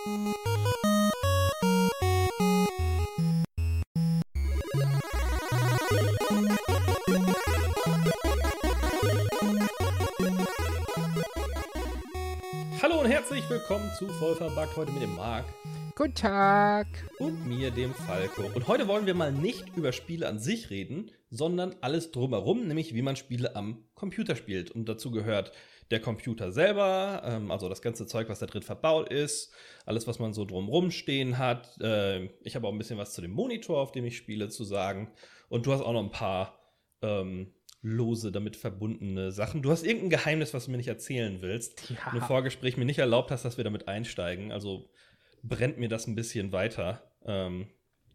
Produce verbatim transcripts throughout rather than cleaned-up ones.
Hallo und herzlich willkommen zu Vollverbuggt, heute mit dem Marc. Guten Tag. Und mir, dem Falco. Und heute wollen wir mal nicht über Spiele an sich reden, sondern alles drumherum, nämlich wie man Spiele am Computer spielt. Und dazu gehört der Computer selber, ähm, also das ganze Zeug, was da drin verbaut ist, alles, was man so drumherum stehen hat. Äh, ich habe auch ein bisschen was zu dem Monitor, auf dem ich spiele, zu sagen. Und du hast auch noch ein paar ähm, lose damit verbundene Sachen. Du hast irgendein Geheimnis, was du mir nicht erzählen willst. Ja. Und im Vorgespräch mir nicht erlaubt hast, dass wir damit einsteigen. Also brennt mir das ein bisschen weiter. Ähm,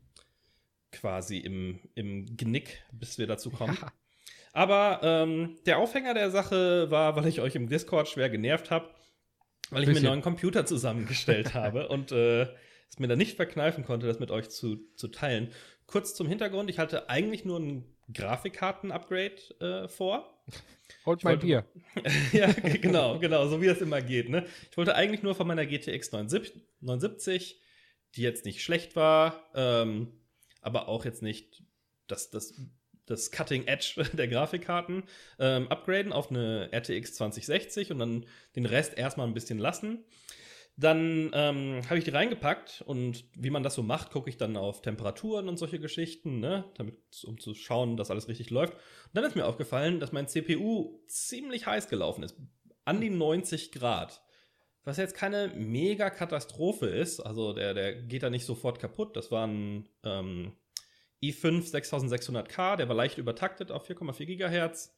quasi im, im Genick, bis wir dazu kommen. Ja. Aber ähm, der Aufhänger der Sache war, weil ich euch im Discord schwer genervt habe, weil ich bisschen. mir einen neuen Computer zusammengestellt habe und äh, es mir dann nicht verkneifen konnte, das mit euch zu, zu teilen. Kurz zum Hintergrund, ich hatte eigentlich nur ein Grafikkarten-Upgrade äh, vor. Holt mein Bier. Ja, genau, genau, so wie das immer geht. Ne? Ich wollte eigentlich nur von meiner G T X neunundsiebzig, die jetzt nicht schlecht war, ähm, aber auch jetzt nicht das, das, das Cutting Edge der Grafikkarten, ähm, upgraden auf eine R T X zwanzig sechzig und dann den Rest erstmal ein bisschen lassen. Dann ähm, habe ich die reingepackt und wie man das so macht, gucke ich dann auf Temperaturen und solche Geschichten, ne, damit, um zu schauen, dass alles richtig läuft. Und dann ist mir aufgefallen, dass mein C P U ziemlich heiß gelaufen ist, an die neunzig Grad. Was jetzt keine mega Katastrophe ist, also der, der geht da nicht sofort kaputt. Das war ein ähm, i fünf sechstausendsechshundert K, der war leicht übertaktet auf vier Komma vier Gigahertz.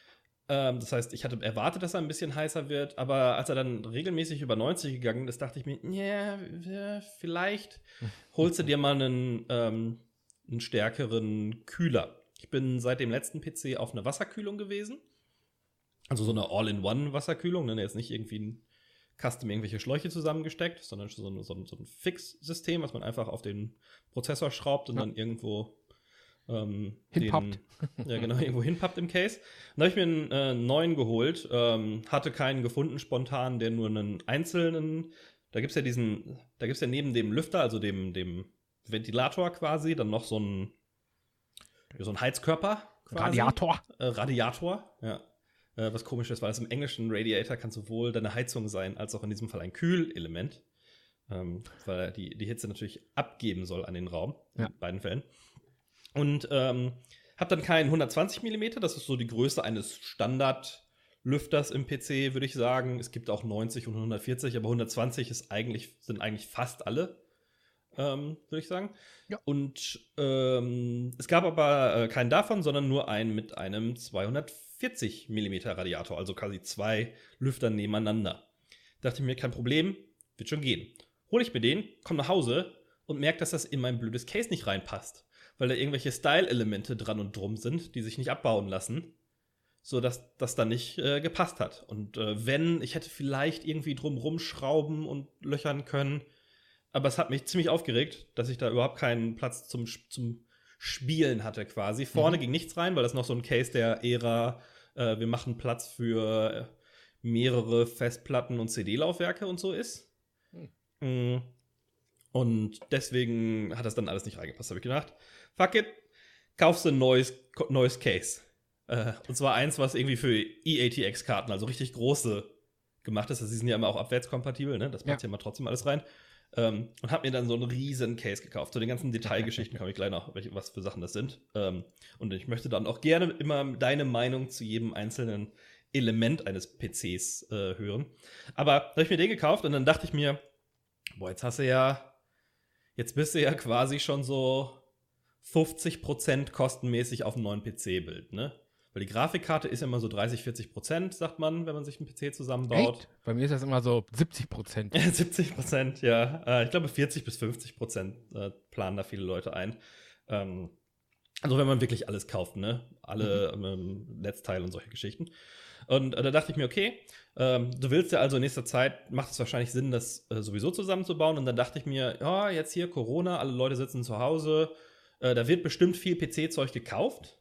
Das heißt, ich hatte erwartet, dass er ein bisschen heißer wird, aber als er dann regelmäßig über neunzig gegangen ist, dachte ich mir, ja, yeah, vielleicht holst du dir mal einen, ähm, einen stärkeren Kühler. Ich bin seit dem letzten P C auf eine Wasserkühlung gewesen. Also so eine All-in-One-Wasserkühlung, ne? Jetzt nicht irgendwie ein Custom irgendwelche Schläuche zusammengesteckt, sondern so ein, so ein, so ein Fix-System, was man einfach auf den Prozessor schraubt und ja. dann irgendwo Ähm, hinpappt. Den, ja, genau, irgendwo hinpappt im Case. Dann habe ich mir einen äh, neuen geholt, ähm, hatte keinen gefunden spontan, der nur einen einzelnen, da gibt's ja diesen, da gibt's ja neben dem Lüfter, also dem, dem Ventilator quasi, dann noch so einen, so einen Heizkörper quasi. Radiator. Äh, Radiator, ja. Äh, was komisch ist, weil es im Englischen Radiator kann sowohl deine Heizung sein, als auch in diesem Fall ein Kühlelement. Ähm, weil die, die Hitze natürlich abgeben soll an den Raum, ja. in beiden Fällen. Und ähm, habe dann keinen hundertzwanzig Millimeter, das ist so die Größe eines Standardlüfters im P C, würde ich sagen. Es gibt auch neunzig und hundertvierzig, aber hundertzwanzig ist eigentlich, sind eigentlich fast alle, ähm, würde ich sagen. Ja. Und ähm, es gab aber äh, keinen davon, sondern nur einen mit einem zweihundertvierzig Millimeter Radiator, also quasi zwei Lüfter nebeneinander. Dachte ich mir, kein Problem, wird schon gehen. Hole ich mir den, komme nach Hause und merke, dass das in mein blödes Case nicht reinpasst, weil da irgendwelche Style-Elemente dran und drum sind, die sich nicht abbauen lassen, sodass das dann nicht äh, gepasst hat. Und äh, wenn, ich hätte vielleicht irgendwie drum rumschrauben und löchern können, aber es hat mich ziemlich aufgeregt, dass ich da überhaupt keinen Platz zum, zum Spielen hatte quasi. Vorne mhm. ging nichts rein, weil das noch so ein Case der Ära, äh, wir machen Platz für mehrere Festplatten und C D-Laufwerke und so ist. Mhm. Mhm. Und deswegen hat das dann alles nicht reingepasst, habe ich gedacht. Fuck it, kaufst du ein neues, neues Case. Äh, und zwar eins, was irgendwie für E A T X-Karten, also richtig große, gemacht ist. Die sind ja immer auch abwärtskompatibel, ne? Das passt ja, ja immer trotzdem alles rein. Ähm, und hab mir dann so einen riesen Case gekauft. Zu den ganzen Detailgeschichten komme ich gleich noch, welche, was für Sachen das sind. Ähm, und ich möchte dann auch gerne immer deine Meinung zu jedem einzelnen Element eines P Cs äh, hören. Aber da habe ich mir den gekauft und dann dachte ich mir, boah, jetzt hast du ja Jetzt bist du ja quasi schon so fünfzig Prozent kostenmäßig auf einem neuen P C-Bild, ne? Weil die Grafikkarte ist ja immer so dreißig, vierzig Prozent, sagt man, wenn man sich einen P C zusammenbaut. Echt? Bei mir ist das immer so siebzig Prozent. siebzig Prozent, ja. Äh, ich glaube, vierzig bis fünfzig Prozent äh, planen da viele Leute ein. Ähm, also wenn man wirklich alles kauft, ne? Alle mhm. ähm, Netzteile und solche Geschichten. Und äh, da dachte ich mir, okay, ähm, du willst ja also in nächster Zeit, macht es wahrscheinlich Sinn, das äh, sowieso zusammenzubauen. Und dann dachte ich mir, ja, jetzt hier Corona, alle Leute sitzen zu Hause, äh, da wird bestimmt viel P C-Zeug gekauft.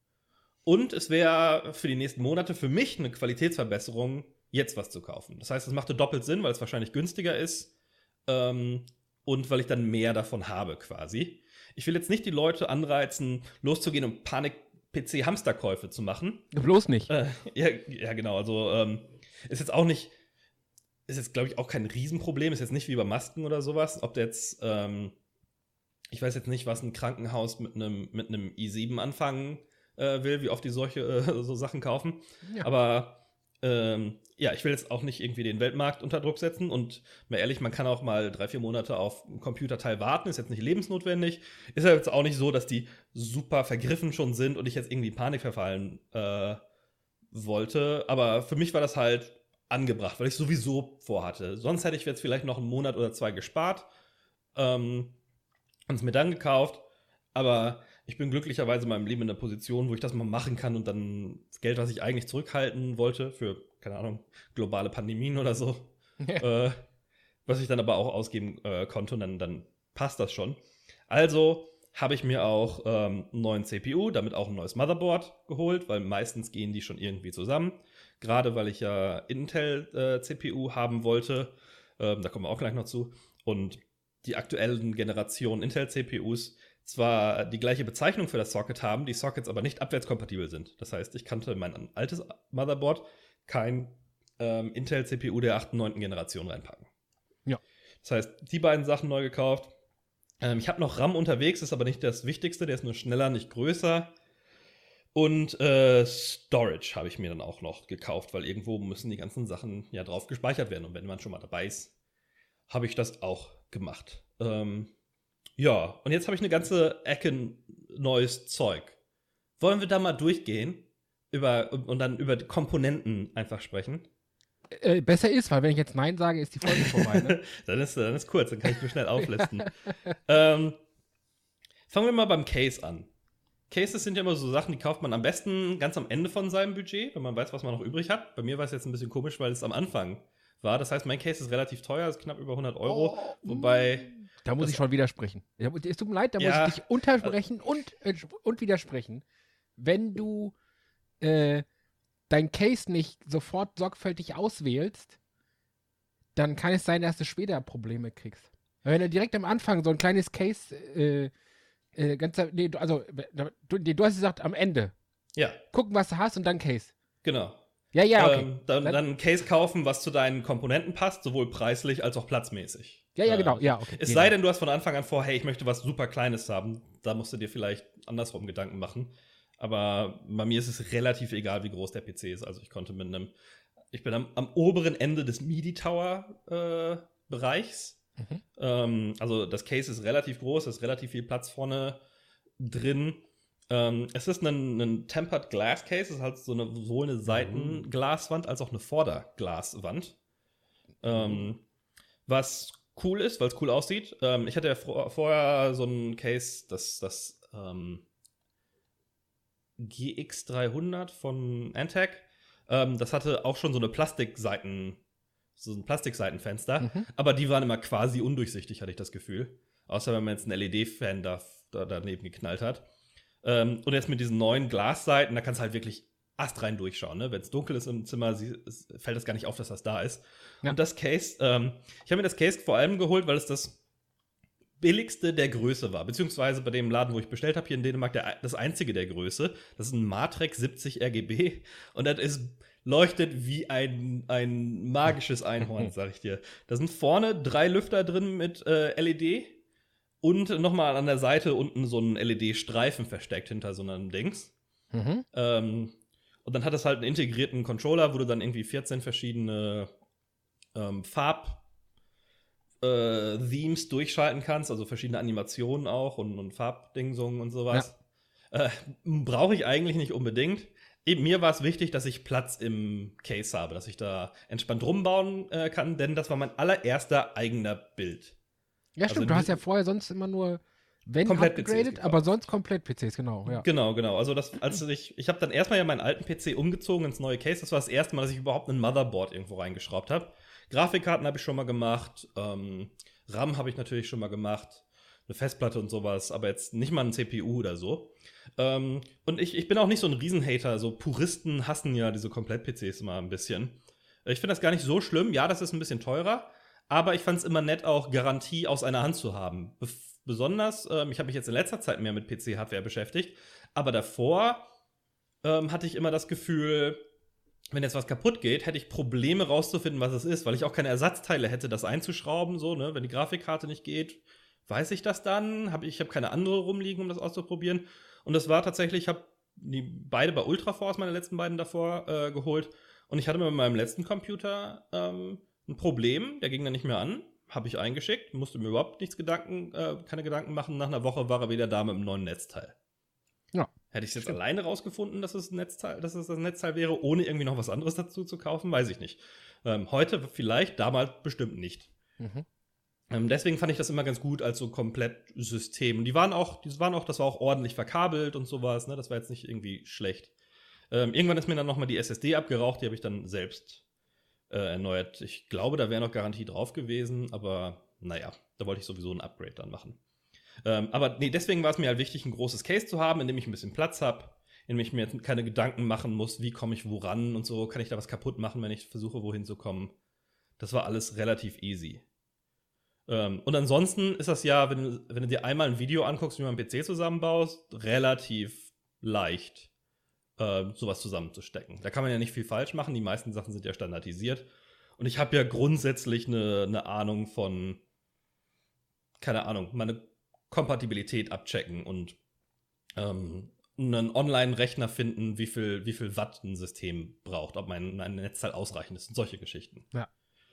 Und es wäre für die nächsten Monate für mich eine Qualitätsverbesserung, jetzt was zu kaufen. Das heißt, es machte doppelt Sinn, weil es wahrscheinlich günstiger ist, ähm, und weil ich dann mehr davon habe quasi. Ich will jetzt nicht die Leute anreizen, loszugehen und Panik-P C-Hamsterkäufe zu machen. Bloß nicht. Äh, ja, ja, genau. Also ähm, ist jetzt auch nicht, ist jetzt, glaube ich, auch kein Riesenproblem. Ist jetzt nicht wie bei Masken oder sowas. Ob der jetzt, ähm, ich weiß jetzt nicht, was ein Krankenhaus mit einem mit einem i sieben anfangen äh, will, wie oft die solche äh, so Sachen kaufen. Ja. Aber ähm, ja, ich will jetzt auch nicht irgendwie den Weltmarkt unter Druck setzen. Und mal ehrlich, man kann auch mal drei, vier Monate auf ein Computerteil warten. Ist jetzt nicht lebensnotwendig. Ist ja jetzt auch nicht so, dass die super vergriffen schon sind und ich jetzt irgendwie in Panik verfallen äh, wollte. Aber für mich war das halt angebracht, weil ich sowieso vorhatte. Sonst hätte ich jetzt vielleicht noch einen Monat oder zwei gespart ähm, und es mir dann gekauft. Aber ich bin glücklicherweise in meinem Leben in der Position, wo ich das mal machen kann und dann das Geld, was ich eigentlich zurückhalten wollte, für, keine Ahnung, globale Pandemien oder so, Ja. äh, was ich dann aber auch ausgeben äh, konnte und dann, dann passt das schon. Also habe ich mir auch ähm, einen neuen C P U, damit auch ein neues Motherboard geholt, weil meistens gehen die schon irgendwie zusammen. Gerade weil ich ja Intel-C P U äh, haben wollte. Ähm, da kommen wir auch gleich noch zu. Und die aktuellen Generationen Intel-C P Us zwar die gleiche Bezeichnung für das Socket haben, die Sockets aber nicht abwärtskompatibel sind. Das heißt, ich kannte in mein altes Motherboard kein ähm, Intel-C P U der achten, neunten Generation reinpacken. Ja. Das heißt, die beiden Sachen neu gekauft. Ähm, ich habe noch RAM unterwegs, ist aber nicht das Wichtigste. Der ist nur schneller, nicht größer. Und äh, Storage habe ich mir dann auch noch gekauft, weil irgendwo müssen die ganzen Sachen ja drauf gespeichert werden. Und wenn man schon mal dabei ist, habe ich das auch gemacht. Ähm, ja, und jetzt habe ich eine ganze Ecke neues Zeug. Wollen wir da mal durchgehen über, und dann über die Komponenten einfach sprechen? Äh, besser ist, weil wenn ich jetzt Nein sage, ist die Folge vorbei. Ne? dann, ist, dann ist kurz, dann kann ich mir schnell auflisten. ähm, fangen wir mal beim Case an. Cases sind ja immer so Sachen, die kauft man am besten ganz am Ende von seinem Budget, wenn man weiß, was man noch übrig hat. Bei mir war es jetzt ein bisschen komisch, weil es am Anfang war. Das heißt, mein Case ist relativ teuer, ist knapp über hundert Euro. Oh, wobei. Da muss ich schon widersprechen. Es tut mir leid, da ja, muss ich dich unterbrechen und, äh, und widersprechen. Wenn du äh, dein Case nicht sofort sorgfältig auswählst, dann kann es sein, dass du später Probleme kriegst. Wenn du direkt am Anfang so ein kleines Case äh, Äh, ganz, nee, also, du, du hast gesagt, am Ende. Ja. Gucken, was du hast und dann Case. Genau. Ja, ja, okay. Ähm, dann, dann ein Case kaufen, was zu deinen Komponenten passt, sowohl preislich als auch platzmäßig. Ja, ja, genau. Ja, okay. Es nee, sei nee. denn, du hast von Anfang an vor, hey, ich möchte was super Kleines haben. Da musst du dir vielleicht andersrum Gedanken machen. Aber bei mir ist es relativ egal, wie groß der P C ist. Also ich konnte mit einem, ich bin am, am oberen Ende des MIDI-Tower-Bereichs. Äh, Mhm. Ähm, also das Case ist relativ groß, es ist relativ viel Platz vorne drin. Ähm, es ist ein, ein Tempered Glass Case, es ist halt so eine, sowohl eine Seitenglaswand als auch eine Vorderglaswand. Ähm, mhm. Was cool ist, weil es cool aussieht. Ähm, ich hatte ja vor, vorher so ein Case, das, das ähm, G X dreihundert von Antec. Ähm, das hatte auch schon so eine Plastikseiten so ein Plastikseitenfenster, mhm. aber die waren immer quasi undurchsichtig, hatte ich das Gefühl. Außer wenn man jetzt einen L E D-Fan da, da daneben geknallt hat. Ähm, und jetzt mit diesen neuen Glasseiten, da kannst du halt wirklich astrein durchschauen. Ne? Wenn es dunkel ist im Zimmer, sie, es, fällt das gar nicht auf, dass das da ist. Ja. Und das Case, ähm, ich habe mir das Case vor allem geholt, weil es das billigste der Größe war. Beziehungsweise bei dem Laden, wo ich bestellt habe, hier in Dänemark, der, das einzige der Größe. Das ist ein Matrix siebzig R G B. Und das ist leuchtet wie ein, ein magisches Einhorn, sag ich dir. Da sind vorne drei Lüfter drin mit äh, L E D und nochmal an der Seite unten so ein L E D-Streifen versteckt hinter so einem Dings. Mhm. Ähm, und dann hat es halt einen integrierten Controller, wo du dann irgendwie vierzehn verschiedene ähm, Farb-Themes äh, durchschalten kannst, also verschiedene Animationen auch und, und Farbdingsungen und sowas. Ja. Äh, brauche ich eigentlich nicht unbedingt. Eben, mir war es wichtig, dass ich Platz im Case habe, dass ich da entspannt rumbauen äh, kann, denn das war mein allererster eigener Bild. Ja, stimmt, also, du hast ja vorher sonst immer nur, wenn komplett upgraded, aber sonst komplett P Cs, genau. Ja. Genau, genau. Also das, als ich, ich habe dann erstmal ja meinen alten P C umgezogen ins neue Case. Das war das erste Mal, dass ich überhaupt ein Motherboard irgendwo reingeschraubt habe. Grafikkarten habe ich schon mal gemacht, ähm, RAM habe ich natürlich schon mal gemacht, eine Festplatte und sowas, aber jetzt nicht mal ein C P U oder so. Ähm, und ich, ich bin auch nicht so ein Riesenhater, so Puristen hassen ja diese Komplett-P Cs immer ein bisschen. Ich finde das gar nicht so schlimm, ja, das ist ein bisschen teurer, Aber ich fand es immer nett, auch Garantie aus einer Hand zu haben. Bef- besonders, ähm, ich habe mich jetzt in letzter Zeit mehr mit P C-Hardware beschäftigt, aber davor ähm, hatte ich immer das Gefühl, wenn jetzt was kaputt geht, hätte ich Probleme rauszufinden, was es ist, weil ich auch keine Ersatzteile hätte, das einzuschrauben, so, ne? Wenn die Grafikkarte nicht geht, weiß ich das dann? Hab ich ich habe keine andere rumliegen, um das auszuprobieren. Und das war tatsächlich, ich habe die beide bei Ultraforce, meine letzten beiden davor, äh, geholt. Und ich hatte mit meinem letzten Computer ähm, ein Problem, der ging dann nicht mehr an. Habe ich eingeschickt, musste mir überhaupt nichts Gedanken, äh, keine Gedanken machen. Nach einer Woche war er wieder da mit einem neuen Netzteil. Ja. Hätte ich es jetzt Stimmt. alleine rausgefunden, dass es, ein Netzteil, dass es das Netzteil wäre, ohne irgendwie noch was anderes dazu zu kaufen, weiß ich nicht. Ähm, heute vielleicht, damals bestimmt nicht. Mhm. Ähm, deswegen fand ich das immer ganz gut als so Komplettsystem. Und die waren auch, die waren auch, das war auch ordentlich verkabelt und sowas, ne? Das war jetzt nicht irgendwie schlecht. Ähm, irgendwann ist mir dann nochmal die S S D abgeraucht, die habe ich dann selbst äh, erneuert. Ich glaube, da wäre noch Garantie drauf gewesen, aber naja, da wollte ich sowieso ein Upgrade dann machen. Ähm, aber nee, deswegen war es mir halt wichtig, ein großes Case zu haben, in dem ich ein bisschen Platz habe, in dem ich mir jetzt keine Gedanken machen muss, wie komme ich woran und so, kann ich da was kaputt machen, wenn ich versuche, wohin zu kommen. Das war alles relativ easy. Ähm, und ansonsten ist das ja, wenn du, wenn du dir einmal ein Video anguckst, wie man einen P C zusammenbaust, relativ leicht, äh, sowas zusammenzustecken. Da kann man ja nicht viel falsch machen, die meisten Sachen sind ja standardisiert. Und ich habe ja grundsätzlich eine, eine Ahnung von, keine Ahnung, meine Kompatibilität abchecken und ähm, einen Online-Rechner finden, wie viel, wie viel Watt ein System braucht, ob mein, mein Netzteil ausreichend ist und solche Geschichten. Ja.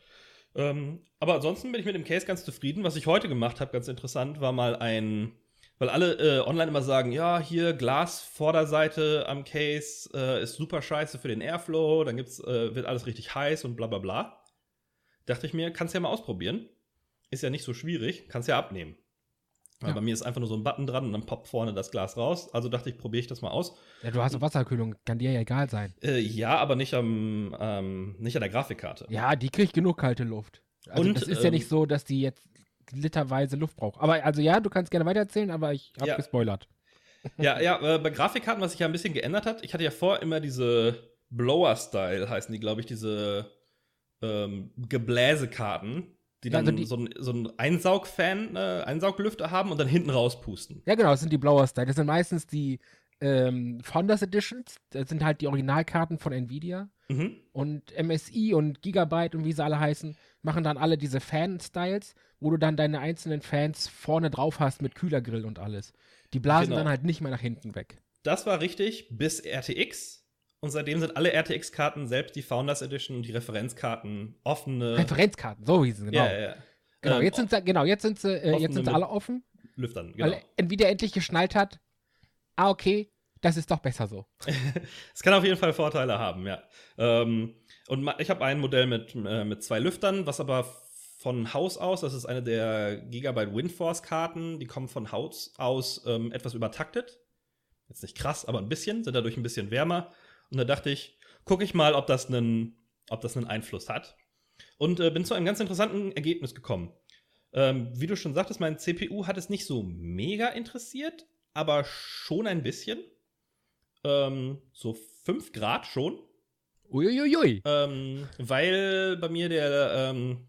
Ähm, aber ansonsten bin ich mit dem Case ganz zufrieden. Was ich heute gemacht habe, ganz interessant, war mal ein, weil alle äh, online immer sagen, ja, hier Glas-Vorderseite am Case äh, ist super scheiße für den Airflow, dann gibt's, äh, wird alles richtig heiß und bla bla bla. Dachte ich mir, kannst ja mal ausprobieren. Ist ja nicht so schwierig, kannst ja abnehmen. Weil Ja. bei mir ist einfach nur so ein Button dran und dann poppt vorne das Glas raus. Also dachte ich, probiere ich das mal aus. Ja, du hast doch Wasserkühlung, kann dir ja egal sein. Äh, ja, aber nicht, am, ähm, nicht an der Grafikkarte. Ja, die kriegt genug kalte Luft. Also Und, das ist ja ähm, nicht so, dass die jetzt literweise Luft braucht. Aber also ja, du kannst gerne weitererzählen, aber ich habe Ja. gespoilert. Ja, ja, äh, bei Grafikkarten, was sich ja ein bisschen geändert hat, ich hatte ja vor immer diese Blower-Style, heißen die, glaube ich, diese ähm, Gebläsekarten, die Ja, dann also die- so einen so ein Einsaugfan, äh, Einsauglüfter haben und dann hinten rauspusten. Ja, genau, das sind die Blower Style. Das sind meistens die ähm, Founders Editions. Das sind halt die Originalkarten von Nvidia. Mhm. Und M S I und Gigabyte und wie sie alle heißen, machen dann alle diese Fan-Styles, wo du dann deine einzelnen Fans vorne drauf hast mit Kühlergrill und alles. Die blasen Genau. dann halt nicht mehr nach hinten weg. Das war richtig bis R T X. Und seitdem sind alle R T X-Karten, selbst die Founders Edition und die Referenzkarten, offene. Referenzkarten, so hießen sie, genau. Ja, ja, ja. Genau, Ähm, jetzt sind sie, genau, jetzt sind sie, äh, offene jetzt sind sie mit- alle offen, Lüftern, genau. weil Nvidia endlich geschnallt hat, ah, okay, das ist doch besser so. Es kann auf jeden Fall Vorteile haben, ja. Ähm, und ma- ich habe ein Modell mit, äh, mit zwei Lüftern, was aber von Haus aus, das ist eine der Gigabyte Windforce-Karten, die kommen von Haus aus ähm, etwas übertaktet. Jetzt nicht krass, aber ein bisschen, sind dadurch ein bisschen wärmer. Und da dachte ich, gucke ich mal, ob das einen, ob das einen Einfluss hat. Und äh, bin zu einem ganz interessanten Ergebnis gekommen. Ähm, wie du schon sagtest, mein C P U hat es nicht so mega interessiert, aber schon ein bisschen. Ähm, so fünf Grad schon. Uiuiui. Ähm, weil bei mir der, ähm,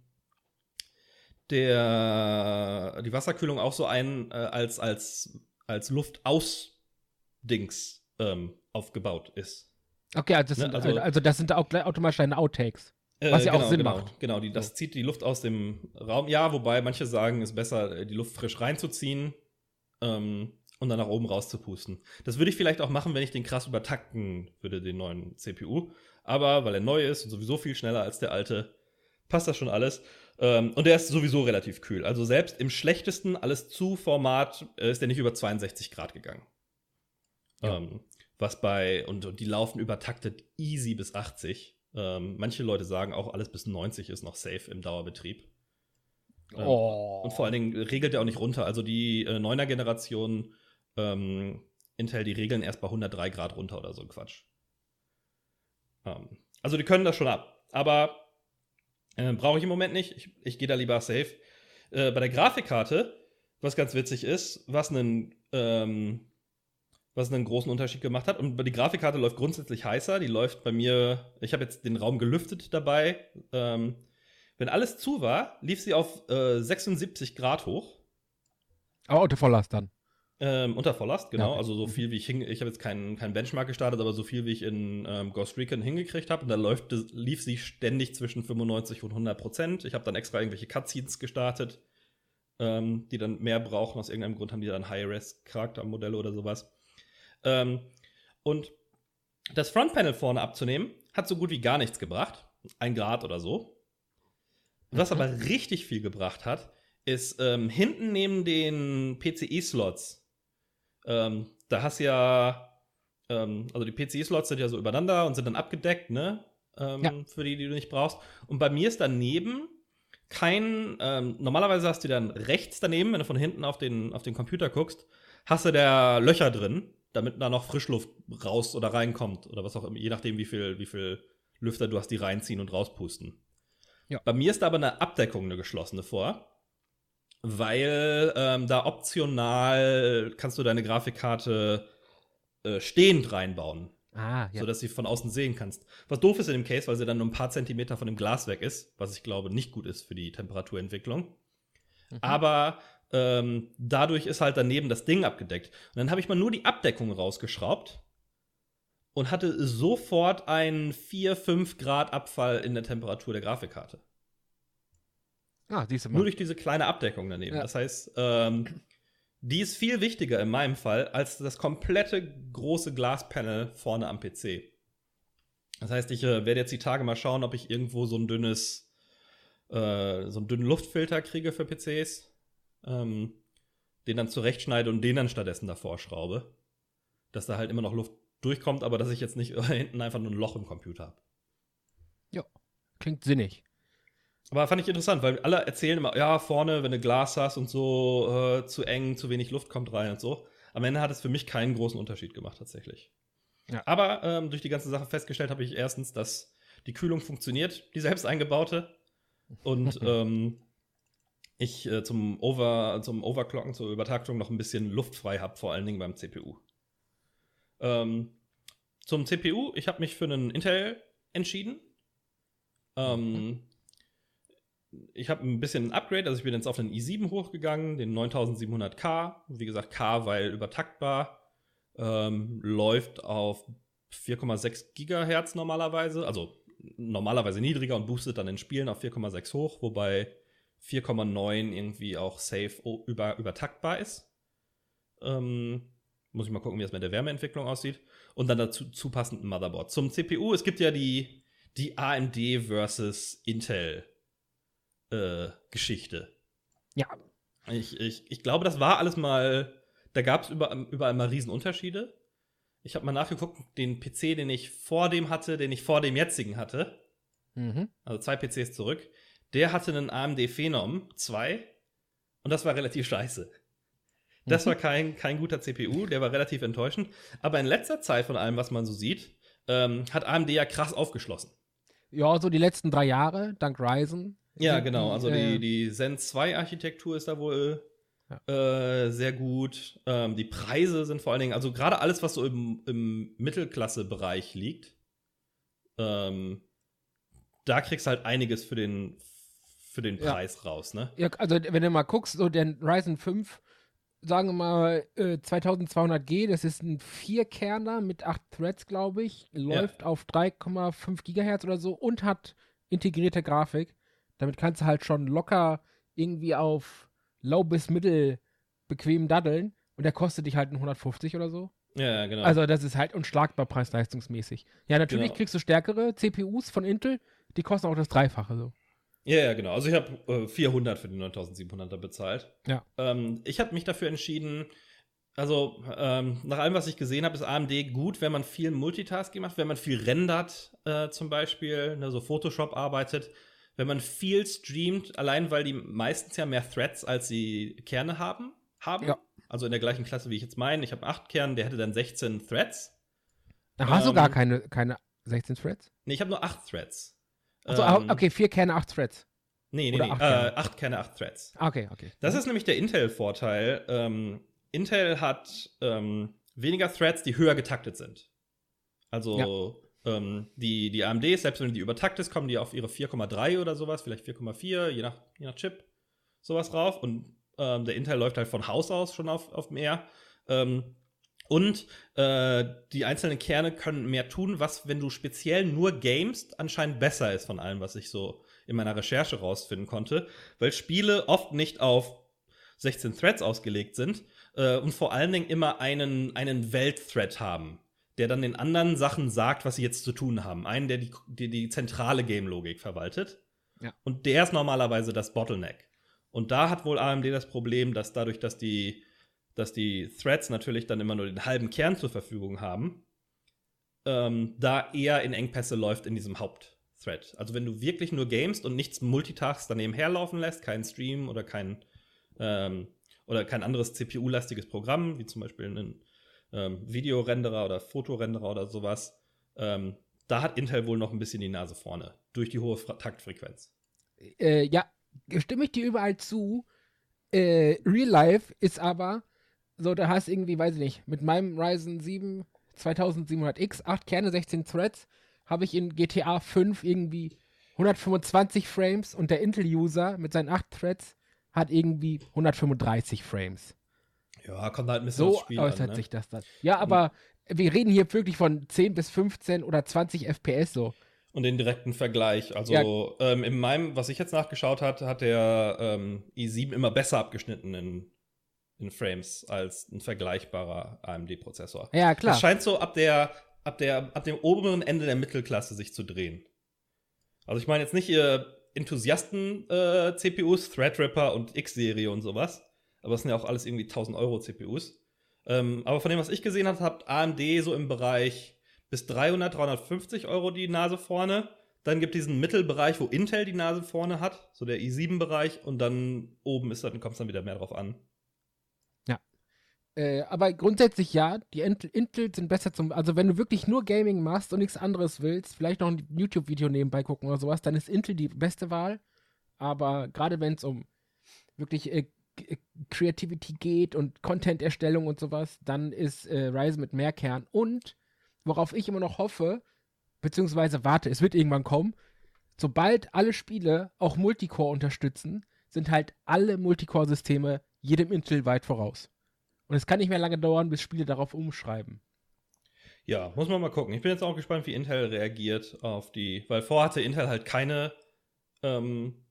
der die Wasserkühlung auch so ein äh, als, als, als Luftaus-Dings ähm, aufgebaut ist. Okay, also das, Ne, sind, also- also, das sind auch gleich automatisch deine Outtakes. Äh, Was ja auch genau, Sinn genau, macht. Genau, die, das So. zieht die Luft aus dem Raum. Ja, wobei manche sagen, es ist besser, äh, die Luft frisch reinzuziehen ähm, und dann nach oben rauszupusten. Das würde ich vielleicht auch machen, wenn ich den krass übertakten würde, den neuen C P U. Aber weil er neu ist und sowieso viel schneller als der alte, passt das schon alles. Ähm, und der ist sowieso relativ kühl. Also selbst im schlechtesten Alles-zu-Format äh, ist der nicht über zweiundsechzig Grad gegangen. Ja. Ähm, was bei, und, und die laufen übertaktet easy bis achtzig. Ähm, manche Leute sagen auch, alles bis neunzig ist noch safe im Dauerbetrieb. Ähm, Oh. Und vor allen Dingen regelt er auch nicht runter. Also die äh, neuner Generation ähm, Intel, die regeln erst bei hundertdrei Grad runter oder so ein Quatsch. Ähm, also die können das schon ab. Aber äh, brauche ich im Moment nicht. Ich, ich gehe da lieber safe. Äh, bei der Grafikkarte, was ganz witzig ist, was einen, ähm, was einen großen Unterschied gemacht hat. Und die Grafikkarte läuft grundsätzlich heißer. Die läuft bei mir, ich habe jetzt den Raum gelüftet dabei. Ähm, Wenn alles zu war, lief sie auf äh, sechsundsiebzig Grad hoch. Aber unter Volllast dann. Ähm, unter Volllast, genau. Ja, okay. Also so viel, wie ich hinge... Ich habe jetzt keinen kein Benchmark gestartet, aber so viel, wie ich in ähm, Ghost Recon hingekriegt habe. Und da läuft, lief sie ständig zwischen fünfundneunzig und hundert Prozent. Ich habe dann extra irgendwelche Cutscenes gestartet, ähm, die dann mehr brauchen. Aus irgendeinem Grund haben die dann High-Res-Charaktermodelle oder sowas. Ähm, und das Frontpanel vorne abzunehmen, hat so gut wie gar nichts gebracht. Ein Grad oder so. Was Mhm. aber richtig viel gebracht hat, ist ähm, hinten neben den P C I-Slots. Ähm, da hast du ja, ähm, also die P C I-Slots sind ja so übereinander und sind dann abgedeckt, ne? Ähm, Ja. Für die, die du nicht brauchst. Und bei mir ist daneben kein, ähm, normalerweise hast du dann rechts daneben, wenn du von hinten auf den, auf den Computer guckst, hast du da Löcher drin, damit da noch Frischluft raus oder reinkommt oder was auch immer, je nachdem, wie viel, wie viel Lüfter du hast, die reinziehen und rauspusten. Ja. Bei mir ist da aber eine Abdeckung, eine geschlossene vor, weil ähm, da optional kannst du deine Grafikkarte äh, stehend reinbauen, Ah, ja. sodass du sie von außen sehen kannst. Was doof ist in dem Case, weil sie dann nur ein paar Zentimeter von dem Glas weg ist, was ich glaube nicht gut ist für die Temperaturentwicklung. Mhm. Aber ähm, dadurch ist halt daneben das Ding abgedeckt. Und dann habe ich mal nur die Abdeckung rausgeschraubt und hatte sofort einen vier, fünf Grad Abfall in der Temperatur der Grafikkarte. Ah, siehst du mal. Nur durch diese kleine Abdeckung daneben. Ja. Das heißt, ähm, die ist viel wichtiger in meinem Fall als das komplette große Glaspanel vorne am P C. Das heißt, ich äh, werde jetzt die Tage mal schauen, ob ich irgendwo so ein dünnes, äh, so einen dünnen Luftfilter kriege für P Cs, ähm, den dann zurechtschneide und den dann stattdessen davor schraube. Dass da halt immer noch Luft durchkommt, aber dass ich jetzt nicht hinten einfach nur ein Loch im Computer habe. Ja, klingt sinnig. Aber fand ich interessant, weil alle erzählen immer, ja, vorne, wenn du Glas hast und so, äh, zu eng, zu wenig Luft kommt rein und so. Am Ende hat es für mich keinen großen Unterschied gemacht, tatsächlich. Ja. Aber ähm, durch die ganze Sache festgestellt habe ich erstens, dass die Kühlung funktioniert, die selbst eingebaute. Und ähm, ich äh, zum, Over, zum Overclocken, zur Übertaktung noch ein bisschen Luft frei habe, vor allen Dingen beim C P U. Ähm, zum C P U, ich habe mich für einen Intel entschieden. Ähm, Mhm. Ich habe ein bisschen ein Upgrade, also ich bin jetzt auf den i sieben hochgegangen, den neuntausendsiebenhundert K. Wie gesagt, K, weil übertaktbar. Ähm, läuft auf vier Komma sechs Gigahertz normalerweise, also normalerweise niedriger und boostet dann in Spielen auf vier Komma sechs hoch, wobei vier Komma neun irgendwie auch safe über, übertaktbar ist. Ähm, muss ich mal gucken, wie das mit der Wärmeentwicklung aussieht. Und dann dazu zu passenden Motherboard. Zum C P U, es gibt ja die, die A M D versus Intel Äh, Geschichte. Ja. Ich, ich, ich glaube, das war alles mal, da gab es überall, überall mal Riesenunterschiede. Ich habe mal nachgeguckt, den P C, den ich vor dem hatte, den ich vor dem jetzigen hatte, Mhm. also zwei P Cs zurück, der hatte einen A M D Phenom zwei und das war relativ scheiße. Das Mhm. war kein, kein guter C P U, der war relativ enttäuschend. Aber in letzter Zeit, von allem, was man so sieht, ähm, hat A M D ja krass aufgeschlossen. Ja, so die letzten drei Jahre, dank Ryzen. Ja, sind genau. die, Also äh, die, die Zen zwei Architektur ist da wohl äh, sehr gut. Ähm, die Preise sind vor allen Dingen, also gerade alles, was so im, im Mittelklasse-Bereich liegt, ähm, da kriegst du halt einiges für den, für den Ja. Preis raus, ne? Ja, also wenn du mal guckst, so der Ryzen fünf, sagen wir mal äh, zweitausendzweihundert G, das ist ein Vierkerner mit acht Threads, glaube ich, läuft auf drei Komma fünf Gigahertz oder so und hat integrierte Grafik. Damit kannst du halt schon locker irgendwie auf low bis mittel bequem daddeln und der kostet dich halt ein hundertfünfzig oder so. Ja, ja, genau. Also das ist halt unschlagbar preis-leistungsmäßig. Ja, natürlich Genau. kriegst du stärkere C P Us von Intel, die kosten auch das Dreifache so. Ja, ja, genau. Also ich habe äh, vierhundert für den neuntausendsiebenhunderter bezahlt. Ja. Ähm, ich habe mich dafür entschieden, also ähm, nach allem, was ich gesehen habe, ist A M D gut, wenn man viel Multitasking macht, wenn man viel rendert äh, zum Beispiel, ne, so Photoshop arbeitet, wenn man viel streamt, allein weil die meistens ja mehr Threads als sie Kerne haben. haben. Ja. Also in der gleichen Klasse, wie ich jetzt meine. Ich habe acht Kerne, der hätte dann sechzehn Threads. Da hast du gar Ähm, keine, keine sechzehn Threads? Nee, ich habe nur acht Threads. Also, Ähm, okay, vier Kerne, acht Threads. Nee, nee, Oder nee. acht Äh, Kerne. acht Kerne, acht Threads. Okay, okay. Das Mhm. ist nämlich der Intel-Vorteil. Ähm, Intel hat ähm, weniger Threads, die höher getaktet sind. Also Ja. ähm, die, die A M Ds, selbst wenn du die übertaktest, kommen die auf ihre vier Komma drei oder sowas, vielleicht vier Komma vier, je nach, je nach Chip, sowas rauf. Und ähm, der Intel läuft halt von Haus aus schon auf, auf mehr. Ähm, und äh, die einzelnen Kerne können mehr tun, was, wenn du speziell nur gamest, anscheinend besser ist von allem, was ich so in meiner Recherche rausfinden konnte. Weil Spiele oft nicht auf sechzehn Threads ausgelegt sind äh, und vor allen Dingen immer einen, einen Welt-Thread haben, der dann den anderen Sachen sagt, was sie jetzt zu tun haben. Einen, der die, die, die zentrale Game-Logik verwaltet. Ja. Und der ist normalerweise das Bottleneck. Und da hat wohl A M D das Problem, dass dadurch, dass die, dass die Threads natürlich dann immer nur den halben Kern zur Verfügung haben, ähm, da eher in Engpässe läuft in diesem Hauptthread. Also wenn du wirklich nur gamest und nichts Multitasks daneben herlaufen lässt, keinen Stream oder kein, ähm, oder kein anderes C P U-lastiges Programm, wie zum Beispiel einen ähm, Videorenderer oder Fotorenderer oder sowas, ähm, da hat Intel wohl noch ein bisschen die Nase vorne, durch die hohe Fra- Taktfrequenz. Äh, ja, stimme ich dir überall zu. Äh, Real Life ist aber so, da hast irgendwie, weiß ich nicht, mit meinem Ryzen sieben zweitausendsiebenhundert X, acht Kerne, sechzehn Threads, habe ich in G T A fünf irgendwie hundertfünfundzwanzig Frames und der Intel-User mit seinen acht Threads hat irgendwie hundertfünfunddreißig Frames. Ja, kommt halt ein bisschen So aufs Spiel äußert an, ne? sich das dann. Ja, aber wir reden hier wirklich von zehn bis fünfzehn oder zwanzig F P S so. Und den direkten Vergleich. Also Ja. ähm, in meinem, was ich jetzt nachgeschaut hatte, hat der ähm, i sieben immer besser abgeschnitten in, in Frames als ein vergleichbarer A M D-Prozessor. Ja, klar. Das scheint so ab der, ab der, ab dem oberen Ende der Mittelklasse sich zu drehen. Also ich meine jetzt nicht ihr Enthusiasten-C P Us, Threadripper und X-Serie und sowas. Aber das sind ja auch alles irgendwie tausend Euro C P Us. Ähm, aber von dem, was ich gesehen habe, hat A M D so im Bereich bis dreihundert, dreihundertfünfzig Euro die Nase vorne. Dann gibt es diesen Mittelbereich, wo Intel die Nase vorne hat, so der i sieben-Bereich. Und dann oben ist dann, kommt es dann wieder mehr drauf an. Ja. Äh, aber grundsätzlich ja, die Intel, Intel sind besser zum, also wenn du wirklich nur Gaming machst und nichts anderes willst, vielleicht noch ein YouTube-Video nebenbei gucken oder sowas, dann ist Intel die beste Wahl. Aber gerade wenn es um wirklich äh, Creativity geht und Content-Erstellung und sowas, dann ist äh, Ryzen mit mehr Kern. Und worauf ich immer noch hoffe, beziehungsweise warte, es wird irgendwann kommen, sobald alle Spiele auch Multicore unterstützen, sind halt alle Multicore-Systeme jedem Intel weit voraus. Und es kann nicht mehr lange dauern, bis Spiele darauf umschreiben. Ja, muss man mal gucken. Ich bin jetzt auch gespannt, wie Intel reagiert auf die, weil vorher hatte Intel halt keine, ähm,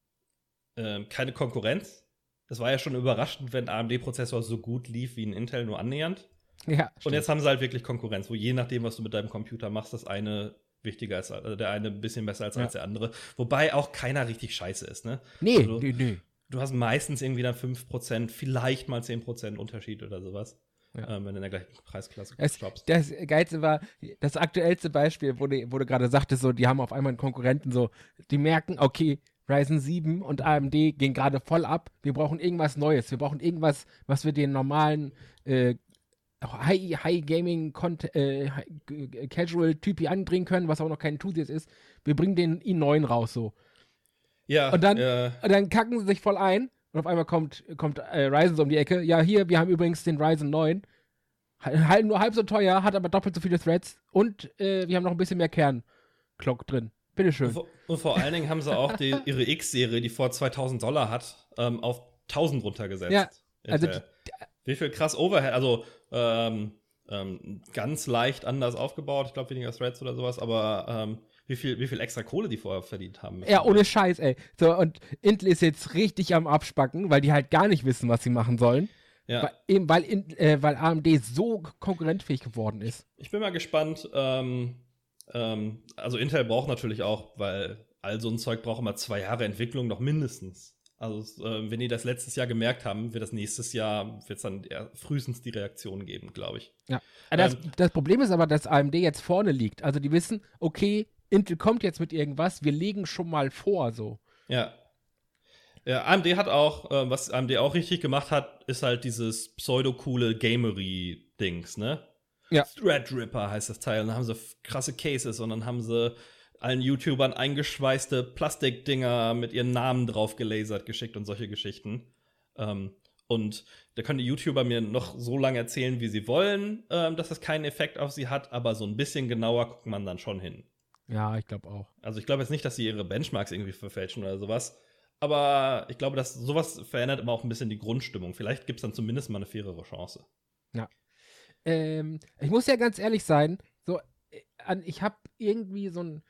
ähm, keine Konkurrenz. Das war ja schon überraschend, wenn ein A M D-Prozessor so gut lief wie ein Intel, nur annähernd. Ja, und jetzt haben sie halt wirklich Konkurrenz, wo je nachdem, was du mit deinem Computer machst, das eine wichtiger ist, also der eine ein bisschen besser als, Ja. als der andere. Wobei auch keiner richtig scheiße ist, ne? Nee, Also, nee, nee. Du hast meistens irgendwie dann fünf Prozent, vielleicht mal zehn Prozent Unterschied oder sowas, Ja. ähm, wenn du in der gleichen Preisklasse Es, shoppst. das Geilste war, das aktuellste Beispiel, wo du, wo du gerade sagtest, so, die haben auf einmal einen Konkurrenten, so, die merken, okay, Ryzen sieben und A M D gehen gerade voll ab, wir brauchen irgendwas Neues, wir brauchen irgendwas, was wir den normalen äh, High, High Gaming äh, Casual Typi andrehen können, was aber noch kein Enthusiast ist. Wir bringen den i neun raus, so. Ja, Und dann, äh, und dann kacken sie sich voll ein und auf einmal kommt, kommt äh, Ryzen so um die Ecke. Ja, hier, wir haben übrigens den Ryzen neun. Halt nur halb so teuer, hat aber doppelt so viele Threads und äh, wir haben noch ein bisschen mehr Kernclock drin. Bitteschön. Und vor, und vor allen Dingen haben sie auch die, ihre X-Serie, die vor zweitausend Dollar hat, ähm, auf tausend runtergesetzt. Ja, also Intel. Wie viel krass Overhead, also ähm, ähm, ganz leicht anders aufgebaut, ich glaube weniger Threads oder sowas, aber ähm, wie viel, wie viel extra Kohle die vorher verdient haben. Ja, ohne Scheiß, ey. So, und Intel ist jetzt richtig am Abspacken, weil die halt gar nicht wissen, was sie machen sollen. Ja. Weil, eben weil, in, äh, weil A M D so konkurrenzfähig geworden ist. Ich bin mal gespannt, ähm, ähm, also Intel braucht natürlich auch, weil all so ein Zeug braucht immer zwei Jahre Entwicklung noch mindestens. Also äh, wenn die das letztes Jahr gemerkt haben, wird das nächstes Jahr, wird es dann eher frühestens die Reaktion geben, glaube ich. Ja. Das, Ähm, das Problem ist aber, dass A M D jetzt vorne liegt. Also die wissen, okay, Intel kommt jetzt mit irgendwas, wir legen schon mal vor, so. Ja. Ja, A M D hat auch, äh, was A M D auch richtig gemacht hat, ist halt dieses pseudo-coole Gamery-Dings, ne? Ja. Threadripper heißt das Teil. Und dann haben sie f- krasse Cases und dann haben sie allen YouTubern eingeschweißte Plastikdinger mit ihren Namen drauf gelasert geschickt und solche Geschichten. Ähm, Und da können die YouTuber mir noch so lange erzählen, wie sie wollen, ähm, dass das keinen Effekt auf sie hat, aber so ein bisschen genauer guckt man dann schon hin. Ja, ich glaube auch. Also ich glaube jetzt nicht, dass sie ihre Benchmarks irgendwie verfälschen oder sowas, aber ich glaube, dass sowas verändert immer auch ein bisschen die Grundstimmung. Vielleicht gibt es dann zumindest mal eine fairere Chance. Ja. Ähm, ich muss ja ganz ehrlich sein, so, äh, an, ich habe irgendwie so ein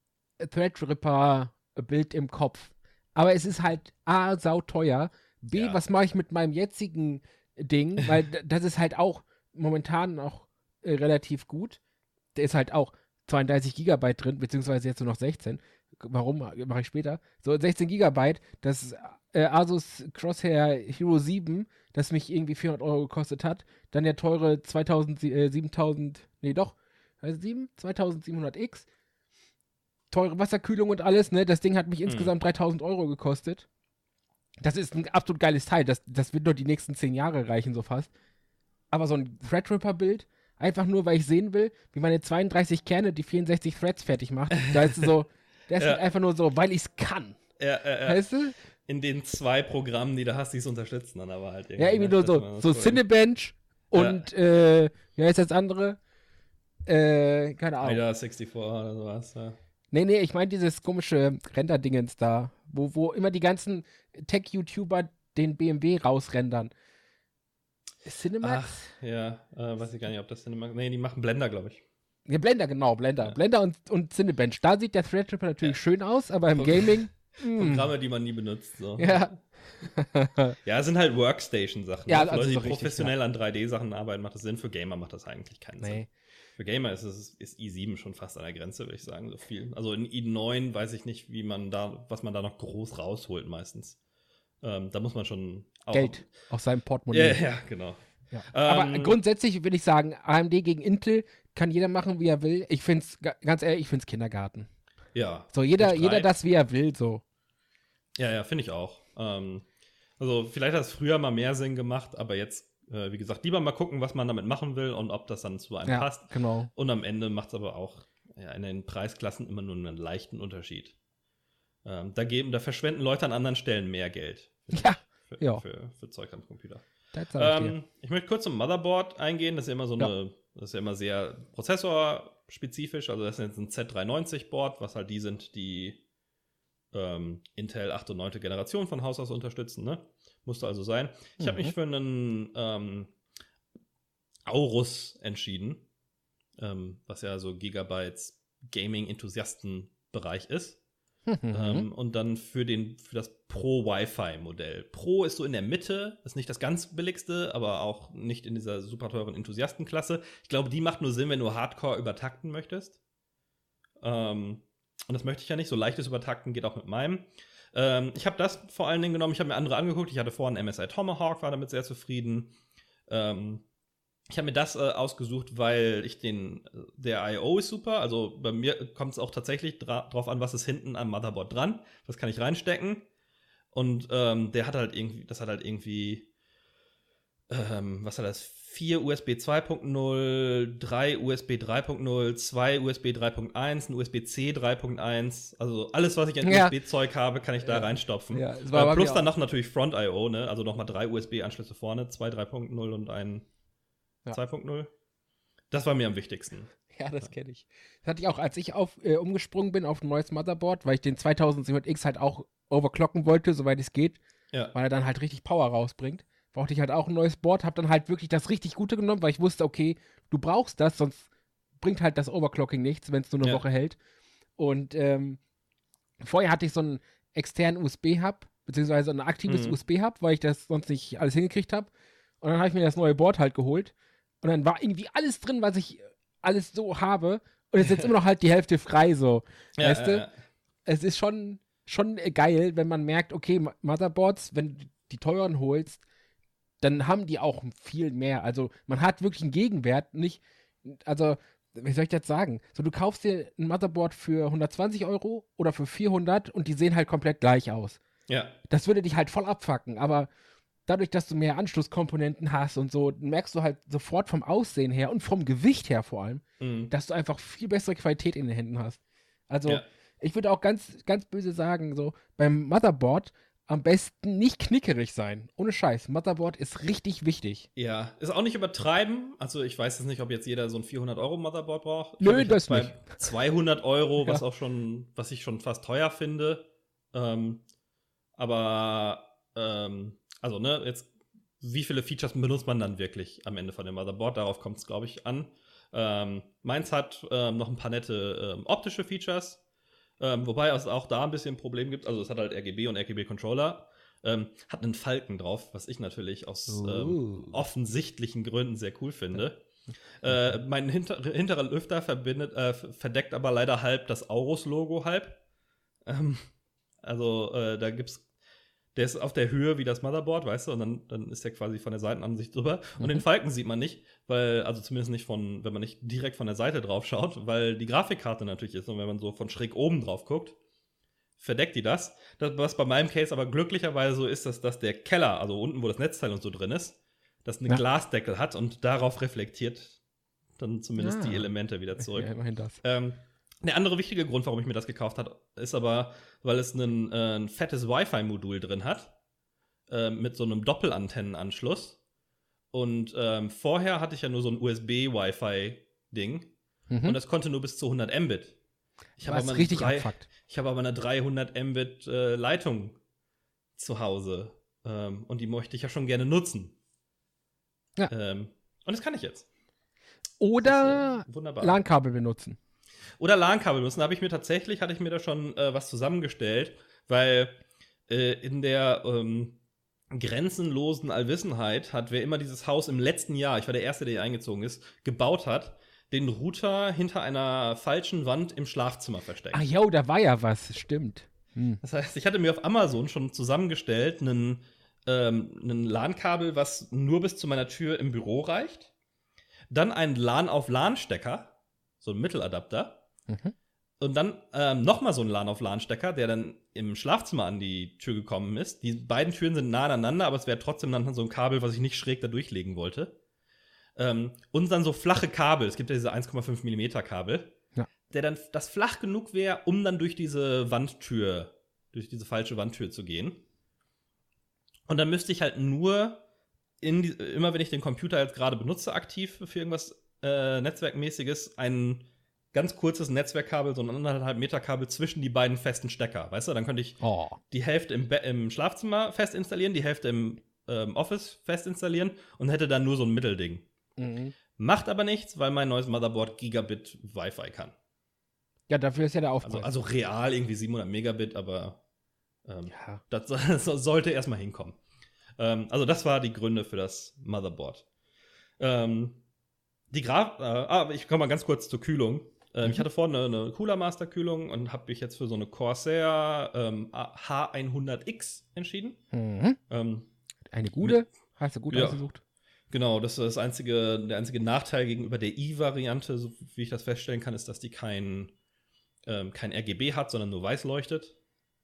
Threadripper-Bild im Kopf. Aber es ist halt A, sauteuer, B, Ja. was mache ich mit meinem jetzigen Ding, weil d- das ist halt auch momentan noch äh, relativ gut. Der ist halt auch zweiunddreißig Gigabyte drin, beziehungsweise jetzt nur noch sechzehn. Warum, mache ich später. So, sechzehn Gigabyte, das äh, Asus Crosshair Hero sieben, das mich irgendwie vierhundert Euro gekostet hat. Dann der teure zweitausend, äh, siebentausend, nee doch, also sieben, zweitausendsiebenhundert X. Teure Wasserkühlung und alles, ne? Das Ding hat mich insgesamt dreitausend Euro gekostet. Das ist ein absolut geiles Teil. Das, das wird nur die nächsten zehn Jahre reichen, so fast. Aber so ein Threadripper-Bild, einfach nur, weil ich sehen will, wie meine zweiunddreißig Kerne die vierundsechzig Threads fertig macht. Da ist so, das Ja. ist einfach nur so, weil ich es kann. Ja, ja, ja. Weißt du? In den zwei Programmen, die du hast, die es unterstützen dann aber halt irgendwie. Ja, irgendwie ne? nur Das ist immer so, das so Problem. Cinebench und, äh, wie heißt das andere? Äh, keine Ahnung. I D A sechsundsiebzig oder sowas. Ja. Nee, nee, ich meine dieses komische Render-Dingens da, wo, wo immer die ganzen Tech-YouTuber den B M W rausrendern. Cinemax? Ach, ja, äh, weiß ich gar nicht, ob das Cinemax. Nee, die machen Blender, glaube ich. Ja, Blender, genau, Blender. Ja. Blender und, und Cinebench. Da sieht der Threadripper natürlich Ja. schön aus, aber im Pro- Gaming. mh. Programme, die man nie benutzt. So. Ja. Ja, es sind halt Workstation-Sachen. Ja, ne? Für also Leute, die so richtig, professionell an drei D-Sachen arbeiten, macht das Sinn. Für Gamer macht das eigentlich keinen Sinn. Nee. Für Gamer ist es ist i sieben schon fast an der Grenze, würde ich sagen, so viel. Also in i neun weiß ich nicht, wie man da, was man da noch groß rausholt meistens. Ähm, da muss man schon auch Geld aus seinem Portemonnaie. Ja, ja, genau. Ja. Ähm, Aber grundsätzlich würde ich sagen, A M D gegen Intel kann jeder machen, wie er will. Ich finde es, ganz ehrlich, ich finde es Kindergarten. Ja. So, jeder, Streit. jeder das, wie er will, so. Ja, ja, finde ich auch. Ähm, also vielleicht hat es früher mal mehr Sinn gemacht, aber jetzt, äh, wie gesagt, lieber mal gucken, was man damit machen will und ob das dann zu einem Ja, passt. genau. Und am Ende macht es aber auch ja, in den Preisklassen immer nur einen leichten Unterschied. Ähm, da, geben, da verschwenden Leute an anderen Stellen mehr Geld. Ja, Für, ja. für, für Zeug am Computer. Das sag ich dir. Ähm, ich möchte kurz zum Motherboard eingehen. Das ist ja immer so Ja. eine, das ist ja immer sehr prozessorspezifisch. Also das ist jetzt ein Z dreihundertneunzig Board, was halt die sind, die ähm, Intel achte und neunte Generation von Haus aus unterstützen. Ne? Musste also sein. Ich habe Mhm. mich für einen ähm, Aorus entschieden, ähm, was ja so Gigabytes Gaming-Enthusiasten-Bereich ist. Mhm. Ähm, und dann für, den, für das Pro-Wi-Fi-Modell. Pro ist so in der Mitte, ist nicht das ganz billigste, aber auch nicht in dieser super teuren Enthusiastenklasse. Ich glaube, die macht nur Sinn, wenn du Hardcore übertakten möchtest. Ähm, und das möchte ich ja nicht. So leichtes Übertakten geht auch mit meinem. Ähm, ich habe das vor allen Dingen genommen. Ich habe mir andere angeguckt. Ich hatte vorhin M S I Tomahawk, war damit sehr zufrieden. Ähm, Ich habe mir das äh, ausgesucht, weil ich den, der I O ist super. Also bei mir kommt es auch tatsächlich dra- drauf an, was ist hinten am Motherboard dran. Was kann ich reinstecken? Und ähm, der hat halt irgendwie, das hat halt irgendwie, ähm, was hat das? vier U S B zwei Punkt null, drei U S B drei Punkt null, zwei U S B drei Punkt eins, ein U S B C drei Punkt eins. Also alles, was ich an Ja. U S B-Zeug habe, kann ich da Ja. reinstopfen. Ja, es war äh, bei plus mir dann noch natürlich Front I O, ne? Also nochmal drei U S B-Anschlüsse vorne, zwei drei Punkt null und ein Ja. zwei Punkt null. Das war mir am wichtigsten. Ja, das kenne ich. Das hatte ich auch, als ich auf, äh, umgesprungen bin auf ein neues Motherboard, weil ich den zweitausendsiebenhundert X halt auch overclocken wollte, soweit es geht, Ja. weil er dann halt richtig Power rausbringt. Brauchte ich halt auch ein neues Board, hab dann halt wirklich das richtig Gute genommen, weil ich wusste, okay, du brauchst das, sonst bringt halt das Overclocking nichts, wenn es nur eine Ja. Woche hält. Und ähm, vorher hatte ich so einen externen U S B-Hub, beziehungsweise ein aktives Mhm. U S B-Hub, weil ich das sonst nicht alles hingekriegt habe. Und dann habe ich mir das neue Board halt geholt. Und dann war irgendwie alles drin, was ich alles so habe. Und es ist jetzt immer noch halt die Hälfte frei, so. Ja, weißt ja, du? ja. Es ist schon, schon geil, wenn man merkt, okay, Ma- Motherboards, wenn du die teuren holst, dann haben die auch viel mehr. Also man hat wirklich einen Gegenwert, nicht, also, wie soll ich das sagen? So, du kaufst dir ein Motherboard für hundertzwanzig Euro oder für vierhundert und die sehen halt komplett gleich aus. Ja. Das würde dich halt voll abfacken, aber dadurch, dass du mehr Anschlusskomponenten hast und so, merkst du halt sofort vom Aussehen her und vom Gewicht her vor allem, Mhm. dass du einfach viel bessere Qualität in den Händen hast. Also, Ja. ich würde auch ganz, ganz böse sagen, so, beim Motherboard, am besten nicht knickerig sein. Ohne Scheiß. Motherboard ist richtig wichtig. Ja, ist auch nicht übertreiben. Also ich weiß jetzt nicht, ob jetzt jeder so ein vierhundert Euro Motherboard braucht. Ich Nö, glaub, ich das hab's nicht. bei zweihundert Euro, was Ja. auch schon, was ich schon fast teuer finde. Ähm, aber, ähm, also ne, jetzt, wie viele Features benutzt man dann wirklich am Ende von dem Motherboard? Darauf kommt es, glaube ich, an. Ähm, meins hat ähm, noch ein paar nette ähm, optische Features. Ähm, wobei es auch da ein bisschen ein Problem gibt. Also es hat halt R G B und R G B-Controller. Ähm, hat einen Falken drauf, was ich natürlich aus Uh. ähm, offensichtlichen Gründen sehr cool finde. Äh, mein hinter, hinterer Lüfter verbindet, äh, verdeckt aber leider halb das Aorus-Logo halb. Ähm, also äh, da gibt's, der ist auf der Höhe wie das Motherboard, weißt du, und dann, dann ist der quasi von der Seitenansicht drüber. Und Mhm. den Falken sieht man nicht, weil, also zumindest nicht von, wenn man nicht direkt von der Seite drauf schaut, weil die Grafikkarte natürlich ist und wenn man so von schräg oben drauf guckt, verdeckt die das. das. Was bei meinem Case aber glücklicherweise so ist, dass, dass der Keller, also unten, wo das Netzteil und so drin ist, das eine Ja. Glasdeckel hat und darauf reflektiert dann zumindest Ah. die Elemente wieder zurück. Ja, immerhin das. Ähm, der andere wichtige Grund, warum ich mir das gekauft habe, ist aber, weil es einen, äh, ein fettes Wi-Fi-Modul drin hat, äh, mit so einem Doppelantennenanschluss. Und ähm, vorher hatte ich ja nur so ein U S B-Wi-Fi-Ding. Mhm. Und das konnte nur bis zu hundert Mbit. Ich habe Was aber, eine richtig drei- abfuckt. ich habe aber eine dreihundert Mbit äh, Leitung zu Hause. Ähm, und die möchte ich ja schon gerne nutzen. Ja. Ähm, und das kann ich jetzt. Oder Das ist, äh, wunderbar. LAN-Kabel benutzen. Oder LAN-Kabel benutzen. Da habe ich mir tatsächlich, hatte ich mir da schon äh, was zusammengestellt, weil äh, in der ähm, grenzenlosen Allwissenheit hat, wer immer dieses Haus im letzten Jahr, ich war der Erste, der hier eingezogen ist, gebaut hat, den Router hinter einer falschen Wand im Schlafzimmer versteckt. Ah, jo, da war ja was. Stimmt. Hm. Das heißt, ich hatte mir auf Amazon schon zusammengestellt einen, ähm, einen LAN-Kabel, was nur bis zu meiner Tür im Büro reicht. Dann einen LAN-auf-LAN-Stecker, so ein Mitteladapter. Mhm. Und dann ähm, nochmal so ein LAN-auf-LAN-Stecker, der dann im Schlafzimmer an die Tür gekommen ist. Die beiden Türen sind nah aneinander, aber es wäre trotzdem dann so ein Kabel, was ich nicht schräg da durchlegen wollte. Ähm, und dann so flache Kabel. Es gibt ja diese eins Komma fünf Millimeter Kabel. Ja. Der dann das flach genug wäre, um dann durch diese Wandtür, durch diese falsche Wandtür zu gehen. Und dann müsste ich halt nur, in die, immer wenn ich den Computer jetzt gerade benutze, aktiv für irgendwas äh, Netzwerkmäßiges, ein ganz kurzes Netzwerkkabel, so ein anderthalb Meter Kabel zwischen die beiden festen Stecker. Weißt du, dann könnte ich Oh. die Hälfte im, Be- im Schlafzimmer fest installieren, die Hälfte im ähm, Office fest installieren und hätte dann nur so ein Mittelding. Mhm. Macht aber nichts, weil mein neues Motherboard Gigabit Wi-Fi kann. Ja, dafür ist ja der Also, Aufpreis. also real irgendwie siebenhundert Megabit, aber ähm, ja. das, das sollte erstmal hinkommen. Ähm, also das war die Gründe für das Motherboard. Ähm, die Graf, äh, ah, ich komme mal ganz kurz zur Kühlung. Ähm, Mhm. Ich hatte vorhin eine, eine Cooler Master Kühlung und habe mich jetzt für so eine Corsair ähm, H hundert X entschieden. Mhm. Ähm, Eine gute? Hast du gut Ja. ausgesucht? Genau, das ist das einzige, der einzige Nachteil gegenüber der i-Variante, so wie ich das feststellen kann, ist, dass die kein, ähm, kein R G B hat, sondern nur weiß leuchtet.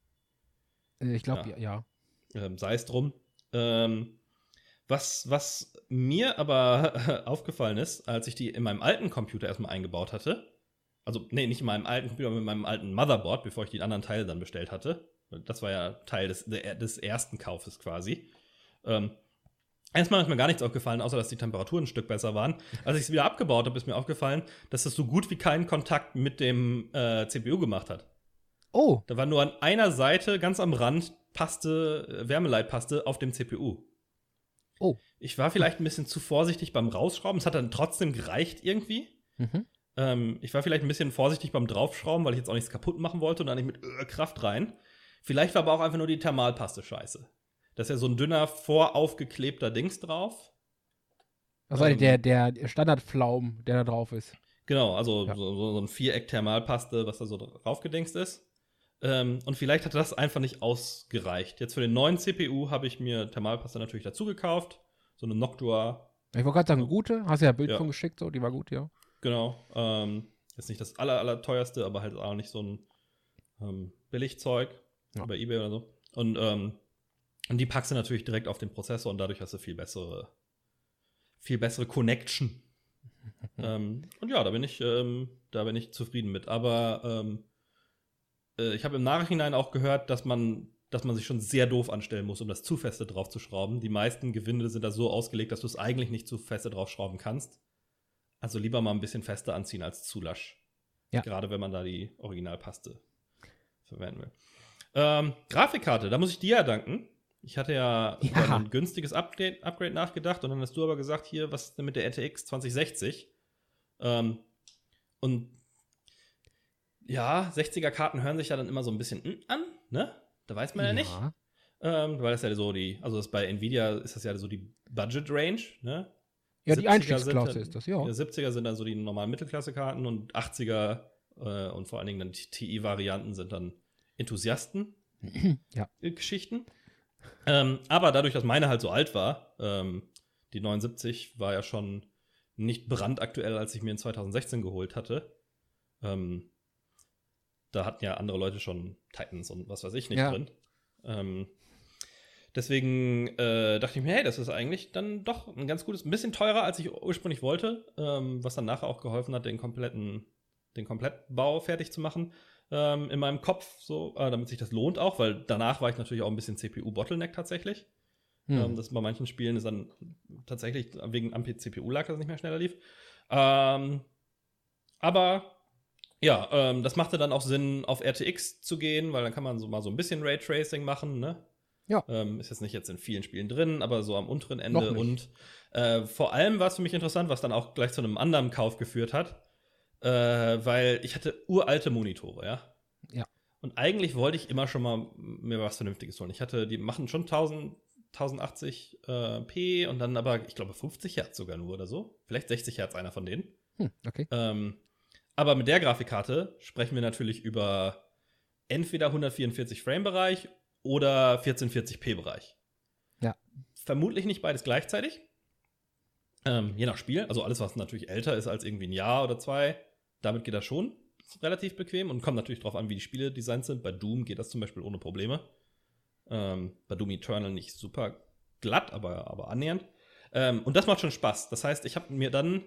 Äh, Ich glaube, Ja. ja. ja. Ähm, sei es drum. Ähm, was, was mir aber aufgefallen ist, als ich die in meinem alten Computer erstmal eingebaut hatte, also, nee, nicht in meinem alten Computer, aber in meinem alten Motherboard, bevor ich die anderen Teile dann bestellt hatte. Das war ja Teil des, des ersten Kaufes quasi. Ähm, Erstmal ist mir gar nichts aufgefallen, außer dass die Temperaturen ein Stück besser waren. Als ich es wieder abgebaut habe, ist mir aufgefallen, dass es so gut wie keinen Kontakt mit dem äh, C P U gemacht hat. Oh, Da war nur an einer Seite, ganz am Rand, Paste, äh, Wärmeleitpaste auf dem C P U. Oh. Ich war vielleicht ein bisschen zu vorsichtig beim Rausschrauben. Es hat dann trotzdem gereicht irgendwie. mhm. Ähm, ich war vielleicht ein bisschen vorsichtig beim Draufschrauben, weil ich jetzt auch nichts kaputt machen wollte und dann nicht mit äh, Kraft rein. Vielleicht war aber auch einfach nur die Thermalpaste scheiße. Da ist ja so ein dünner, voraufgeklebter Dings drauf. Also Ähm, der, der Standardpflaum, der da drauf ist. Genau, also Ja. so, so ein Viereck Thermalpaste, was da so draufgedingst ist. Ähm, und vielleicht hat das einfach nicht ausgereicht. Jetzt für den neuen C P U habe ich mir Thermalpaste natürlich dazu gekauft. So eine Noctua. Ich wollte gerade sagen, gute. Hast du ja ein Bild Ja. von geschickt, so, die war gut, ja. Genau. Ähm, jetzt nicht das aller, aller teuerste, aber halt auch nicht so ein ähm, Billigzeug Ja. bei eBay oder so. Und, ähm, und die packst du natürlich direkt auf den Prozessor und dadurch hast du viel bessere, viel bessere Connection. ähm, und ja, da bin ich, ähm, da bin ich zufrieden mit. Aber ähm, äh, ich habe im Nachhinein auch gehört, dass man dass man sich schon sehr doof anstellen muss, um das zu feste drauf zu schrauben. Die meisten Gewinde sind da so ausgelegt, dass du es eigentlich nicht zu feste draufschrauben kannst. Also lieber mal ein bisschen fester anziehen als zu lasch. Ja. Gerade wenn man da die Originalpaste verwenden will. Ähm, Grafikkarte, da muss ich dir ja danken. Ich hatte ja, Ja. über ein günstiges Upgrade, Upgrade nachgedacht und dann hast du aber gesagt, hier, was ist denn mit der R T X zwanzig sechzig? Ähm, und ja, sechziger-Karten hören sich ja dann immer so ein bisschen mm, an, ne? Da weiß man ja, ja nicht. Ähm, weil das ja so die, also das bei Nvidia ist das ja so die Budget-Range, ne? Ja, die Einstiegsklasse dann, ist das, ja. ja. siebziger sind dann so die normalen Mittelklasse-Karten und achtziger äh, und vor allen Dingen dann die T I-Varianten sind dann Enthusiasten-Geschichten. Ja. Ähm, aber dadurch, dass meine halt so alt war, ähm, die neunundsiebzig war ja schon nicht brandaktuell, als ich mir in zweitausendsechzehn geholt hatte. Ähm, da hatten ja andere Leute schon Titans und was weiß ich nicht ja. drin. Ähm, deswegen äh, dachte ich mir, hey, das ist eigentlich dann doch ein ganz gutes, ein bisschen teurer, als ich ursprünglich wollte, ähm, was dann nachher auch geholfen hat, den kompletten, den Komplettbau fertig zu machen. Ähm, in meinem Kopf, so, äh, damit sich das lohnt auch, weil danach war ich natürlich auch ein bisschen C P U-Bottleneck tatsächlich. Hm. Ähm, das bei manchen Spielen ist dann tatsächlich wegen am C P U lag, dass es nicht mehr schneller lief. Ähm, aber ja, ähm, das machte dann auch Sinn, auf R T X zu gehen, weil dann kann man so mal so ein bisschen Raytracing machen, ne? Ja. Ähm, ist jetzt nicht jetzt in vielen Spielen drin, aber so am unteren Ende. Und äh, vor allem war es für mich interessant, was dann auch gleich zu einem anderen Kauf geführt hat, äh, weil ich hatte uralte Monitore, ja. Ja. Und eigentlich wollte ich immer schon mal mir was Vernünftiges holen. Ich hatte, die machen schon tausend, tausendachtzig äh, p und dann aber, ich glaube, fünfzig Hertz sogar nur oder so. Vielleicht sechzig Hertz, einer von denen. Hm, okay. Ähm, aber mit der Grafikkarte sprechen wir natürlich über entweder hundertvierundvierzig Frame-Bereich oder vierzehnhundertvierzig p Bereich. Ja. Vermutlich nicht beides gleichzeitig. Ähm, je nach Spiel. Also alles, was natürlich älter ist als irgendwie ein Jahr oder zwei, damit geht das schon relativ bequem und kommt natürlich drauf an, wie die Spiele designt sind. Bei Doom geht das zum Beispiel ohne Probleme. Ähm, bei Doom Eternal nicht super glatt, aber, aber annähernd. Ähm, und das macht schon Spaß. Das heißt, ich habe mir dann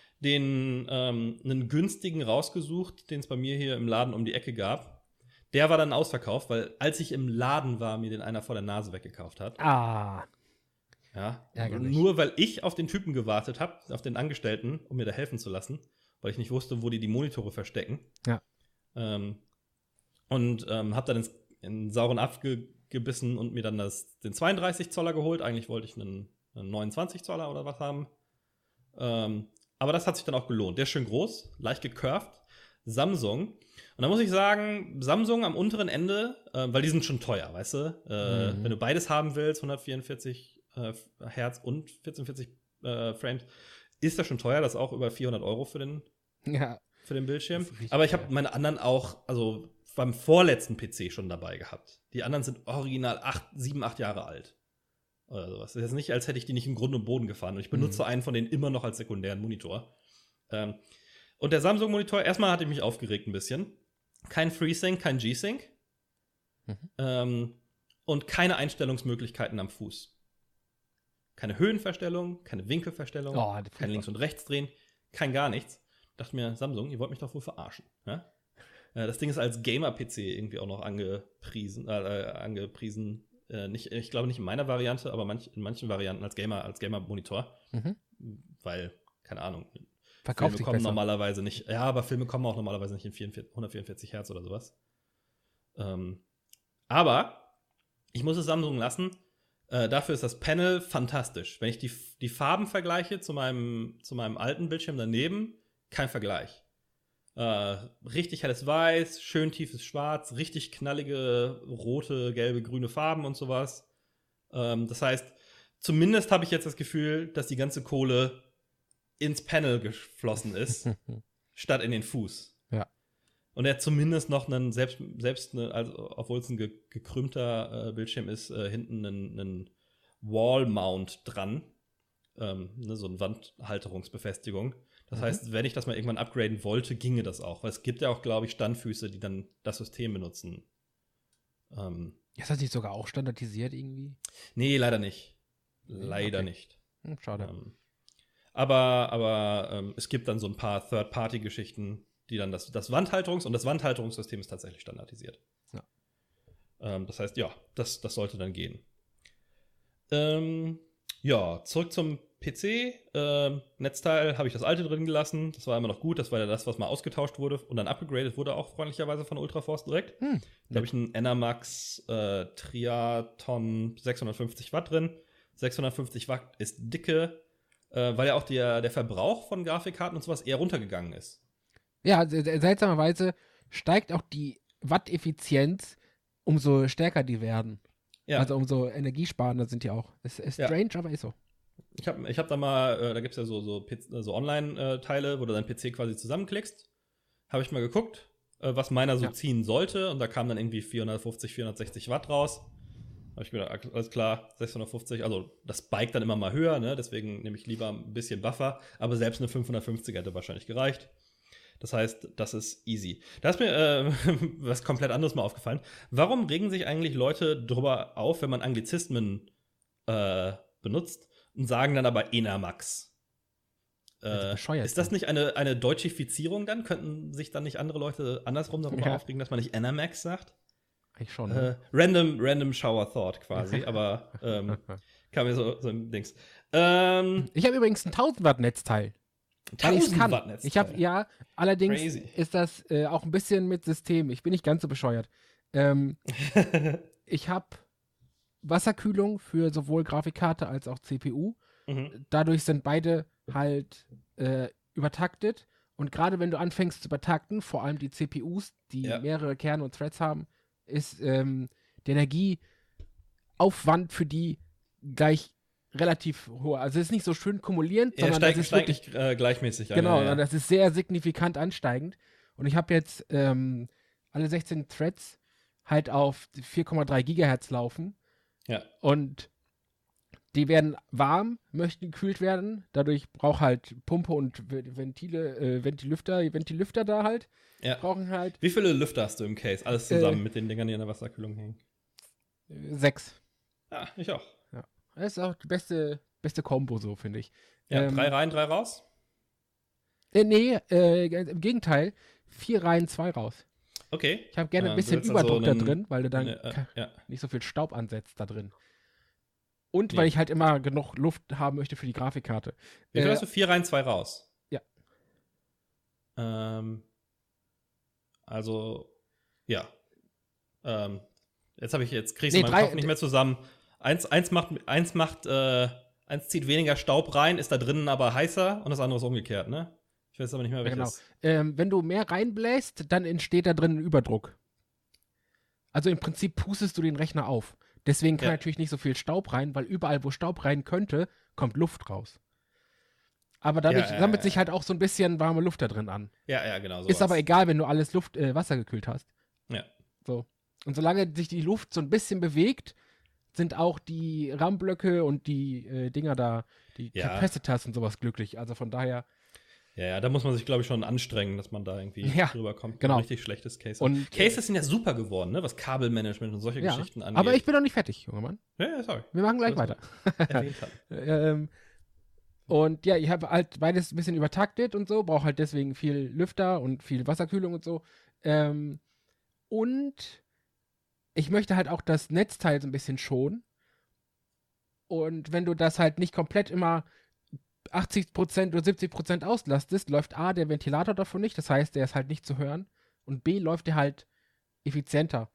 den ähm, einen günstigen rausgesucht, den es bei mir hier im Laden um die Ecke gab. Der war dann ausverkauft, weil als ich im Laden war, mir den einer vor der Nase weggekauft hat. Ah. Ja. Ärgerlich. Nur weil ich auf den Typen gewartet habe, auf den Angestellten, um mir da helfen zu lassen, weil ich nicht wusste, wo die die Monitore verstecken. Ja. Ähm, und ähm, habe dann ins, in den sauren Apfel gebissen und mir dann das, den zweiunddreißig Zoller geholt. Eigentlich wollte ich einen, einen neunundzwanzig Zoller oder was haben. Ähm, aber das hat sich dann auch gelohnt. Der ist schön groß, leicht gecurved. Samsung. Und da muss ich sagen, Samsung am unteren Ende, äh, weil die sind schon teuer, weißt du? Äh, mhm. Wenn du beides haben willst, hundertvierundvierzig äh, Hertz und vierzehnhundertvierzig äh, Frames, ist das schon teuer. Das ist auch über vierhundert Euro für den, ja. für den Bildschirm. Aber ich habe meine anderen auch, also beim vorletzten P C schon dabei gehabt. Die anderen sind original acht, sieben, acht Jahre alt. Oder sowas. Das ist jetzt nicht, als hätte ich die nicht im Grund und Boden gefahren. Und ich benutze mhm. einen von denen immer noch als sekundären Monitor. Ähm, und der Samsung-Monitor, erstmal hatte ich mich aufgeregt ein bisschen. Kein FreeSync, kein G-Sync. Mhm. Ähm, und keine Einstellungsmöglichkeiten am Fuß. Keine Höhenverstellung, keine Winkelverstellung, oh, kein Links- und Rechtsdrehen, kein gar nichts. Dachte mir, Samsung, ihr wollt mich doch wohl verarschen. Ja? Äh, das Ding ist als Gamer-P C irgendwie auch noch angepriesen. Äh, angepriesen äh, nicht, ich glaube nicht in meiner Variante, aber manch, in manchen Varianten als Gamer, als Gamer-Monitor. Mhm. Weil, keine Ahnung, Verkauft Filme kommen besser. normalerweise nicht. Ja, aber Filme kommen auch normalerweise nicht in vierundvierzig, hundertvierundvierzig Hertz oder sowas. Ähm, aber ich muss es Samsung lassen. Äh, dafür ist das Panel fantastisch. Wenn ich die, die Farben vergleiche zu meinem, zu meinem alten Bildschirm daneben, kein Vergleich. Äh, richtig helles Weiß, schön tiefes Schwarz, richtig knallige rote, gelbe, grüne Farben und sowas. Ähm, das heißt, zumindest habe ich jetzt das Gefühl, dass die ganze Kohle ins Panel geflossen ist, statt in den Fuß. Ja. Und er hat zumindest noch einen, selbst, selbst eine, also, obwohl es ein ge gekrümmter äh, Bildschirm ist, äh, hinten einen, einen Wall-Mount dran. Ähm, ne, so eine Wandhalterungsbefestigung. Das mhm. heißt, wenn ich das mal irgendwann upgraden wollte, ginge das auch. Weil es gibt ja auch, glaube ich, Standfüße, die dann das System benutzen. Ähm, ist das nicht sogar auch standardisiert irgendwie? Nee, leider nicht. Leider okay. nicht. Hm, schade. Ähm, aber aber ähm, es gibt dann so ein paar Third-Party-Geschichten, die dann das, das Wandhalterungs- und das Wandhalterungssystem ist tatsächlich standardisiert. Ja. Ähm, das heißt, ja, das, das sollte dann gehen. Ähm, ja, zurück zum P C. Ähm, Netzteil habe ich das alte drin gelassen. Das war immer noch gut. Das war ja das, was mal ausgetauscht wurde und dann upgegradet wurde, auch freundlicherweise von Ultraforce direkt. Hm, Da habe ich einen Enermax äh, Triaton sechshundertfünfzig Watt drin. sechshundertfünfzig Watt ist dicke, äh, weil ja auch der, der Verbrauch von Grafikkarten und sowas eher runtergegangen ist. Ja, se- se- seltsamerweise steigt auch die Watteffizienz, umso stärker die werden. Ja, Also umso energiesparender sind die auch. Es ist Ja. strange, aber ist so. ich habe ich hab da mal, äh, da gibt es ja so, so, P C so Online-Teile, wo du deinen P C quasi zusammenklickst. Habe ich mal geguckt, äh, was meiner so Ja. ziehen sollte. Und da kam dann irgendwie vierhundertfünfzig, vierhundertsechzig Watt raus. Habe ich gedacht, alles klar, sechshundertfünfzig. Also das spiked dann immer mal höher, ne? Deswegen nehme ich lieber ein bisschen Buffer. Aber selbst eine fünfhundertfünfzig hätte wahrscheinlich gereicht. Das heißt, das ist easy. Da ist mir äh, was komplett anderes mal aufgefallen. Warum regen sich eigentlich Leute drüber auf, wenn man Anglizismen äh, benutzt und sagen dann aber Enermax? Weil sie Äh, bescheuert ist das sind. nicht eine, eine Deutschifizierung dann? Könnten sich dann nicht andere Leute andersrum darüber Ja. aufregen, dass man nicht Enermax sagt? Eigentlich schon. Äh, Ne? random, random Shower Thought quasi, aber ähm, kam mir so, so ein Dings. Ähm, Ich habe übrigens ein tausend Watt Netzteil. Weil ich's tausend kann. Watt Netzteil. Ich habe, ja, allerdings Crazy. ist das äh, auch ein bisschen mit System. Ich bin nicht ganz so bescheuert. Ähm, ich habe Wasserkühlung für sowohl Grafikkarte als auch C P U. Mhm. Dadurch sind beide halt äh, übertaktet. Und gerade wenn du anfängst zu übertakten, vor allem die C P Us, die Ja. mehrere Kerne und Threads haben, ist ähm, der Energieaufwand für die gleich relativ hoch. Also es ist nicht so schön kumulierend, Er sondern das steigt, ist steigt wirklich nicht äh, gleichmäßig an. genau, ja, ja. das ist sehr signifikant ansteigend. Und ich habe jetzt ähm, alle sechzehn Threads halt auf vier Komma drei Gigahertz laufen. Ja. Und die werden warm, möchten gekühlt werden. Dadurch braucht halt Pumpe und V- Ventile, äh, Ventilüfter, Ventilüfter da halt. Ja. Brauchen halt Wie viele Lüfter hast du im Case? Alles zusammen mit den Dingern, die in der Wasserkühlung hängen. äh, sechs. Ja, ich auch. Das ist auch die beste, beste Kombo so, finde ich. Ja, Ähm, drei rein, drei raus? Äh, nee, äh, im Gegenteil. Vier Reihen, zwei raus. Okay. Ich habe gerne Ja, ein du bisschen willst also Überdruck da einen- drin, weil du dann Ne, äh, ka- ja. nicht so viel Staub ansetzt da drin. Und Nee. weil ich halt immer genug Luft haben möchte für die Grafikkarte. Wie viel Äh, hast du? Vier rein, zwei raus? Ja. Ähm, also, ja. Ähm, jetzt habe ich jetzt kriegst Nee, du meinen drei- Kopf nicht mehr zusammen. Eins, eins macht, eins macht, äh, eins zieht weniger Staub rein, ist da drinnen aber heißer und das andere ist umgekehrt, ne? Ich weiß aber nicht mehr, Ja, genau. welches. Ähm, wenn du mehr reinbläst, dann entsteht da drin ein Überdruck. Also im Prinzip pustest du den Rechner auf. Deswegen kann Ja. natürlich nicht so viel Staub rein, weil überall, wo Staub rein könnte, kommt Luft raus. Aber dadurch Ja, ja, sammelt ja, sich ja. halt auch so ein bisschen warme Luft da drin an. Ja, ja, genau. Ist sowas. aber egal, wenn du alles Luft, äh, Wasser gekühlt hast. Ja. So. Und solange sich die Luft so ein bisschen bewegt, sind auch die RAM-Blöcke und die äh, Dinger da, die Ja. Capacitors und sowas glücklich. Also von daher. Ja, ja, da muss man sich, glaube ich, schon anstrengen, dass man da irgendwie Ja, drüber kommt. genau. Ein richtig schlechtes Case. Und, hat. Cases sind ja super geworden, ne? Was Kabelmanagement und solche Ja, Geschichten angeht. aber ich bin noch nicht fertig, junger Mann. Ja, ja, sorry. Wir machen gleich Das- weiter. Erwähnt haben. ähm, und ja, ich habe halt beides ein bisschen übertaktet und so, brauche halt deswegen viel Lüfter und viel Wasserkühlung und so. Ähm, und ich möchte halt auch das Netzteil so ein bisschen schonen. Und wenn du das halt nicht komplett immer achtzig Prozent oder siebzig Prozent auslastest, läuft A, der Ventilator davon nicht, das heißt, der ist halt nicht zu hören. Und B, läuft der halt effizienter.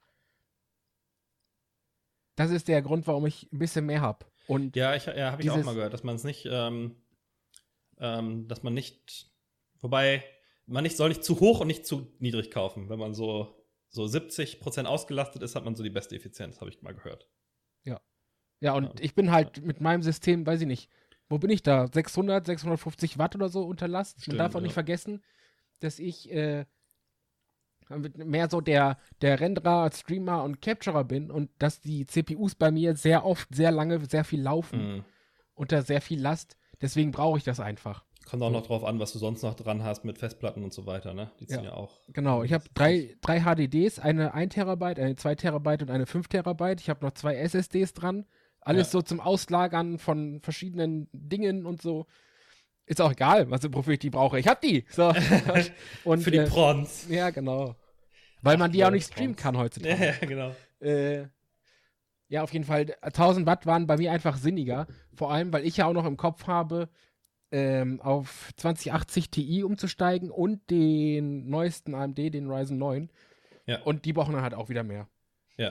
Das ist der Grund, warum ich ein bisschen mehr habe. Und Ja, ich, ja, habe ich auch Dieses- mal gehört, dass man es nicht, ähm, ähm, dass man nicht, wobei, man nicht, soll nicht zu hoch und nicht zu niedrig kaufen. Wenn man so, so siebzig Prozent ausgelastet ist, hat man so die beste Effizienz, habe ich mal gehört. Ja, und ich bin halt mit meinem System, weiß ich nicht, wo bin ich da? sechshundert, sechshundertfünfzig Watt oder so unter Last. Man Stimmt, darf auch ja. nicht vergessen, dass ich äh, mehr so der, der Renderer, Streamer und Capturer bin und dass die C P Us bei mir sehr oft, sehr lange, sehr viel laufen, Mhm. unter sehr viel Last. Deswegen brauche ich das einfach. Kommt auch noch drauf an, was du sonst noch dran hast mit Festplatten und so weiter, ne? Die ziehen ja, Ja. auch. Genau, ich habe drei, drei H D Ds, eine ein Terabyte, eine zwei Terabyte und eine fünf Terabyte. Ich habe noch zwei S S Ds dran. Alles Ja. so zum Auslagern von verschiedenen Dingen und so. Ist auch egal, was wofür ich die brauche. Ich hab die. So. und, Für die äh, Prons. Ja, genau. Weil man die Ach, auch nicht Prons. streamen kann heutzutage. Ja, ja, genau. Äh, ja, auf jeden Fall, tausend Watt waren bei mir einfach sinniger. Vor allem, weil ich ja auch noch im Kopf habe, ähm, auf zwanzig achtzig Ti umzusteigen und den neuesten A M D, den Ryzen neun. Ja. Und die brauchen dann halt auch wieder mehr. Ja.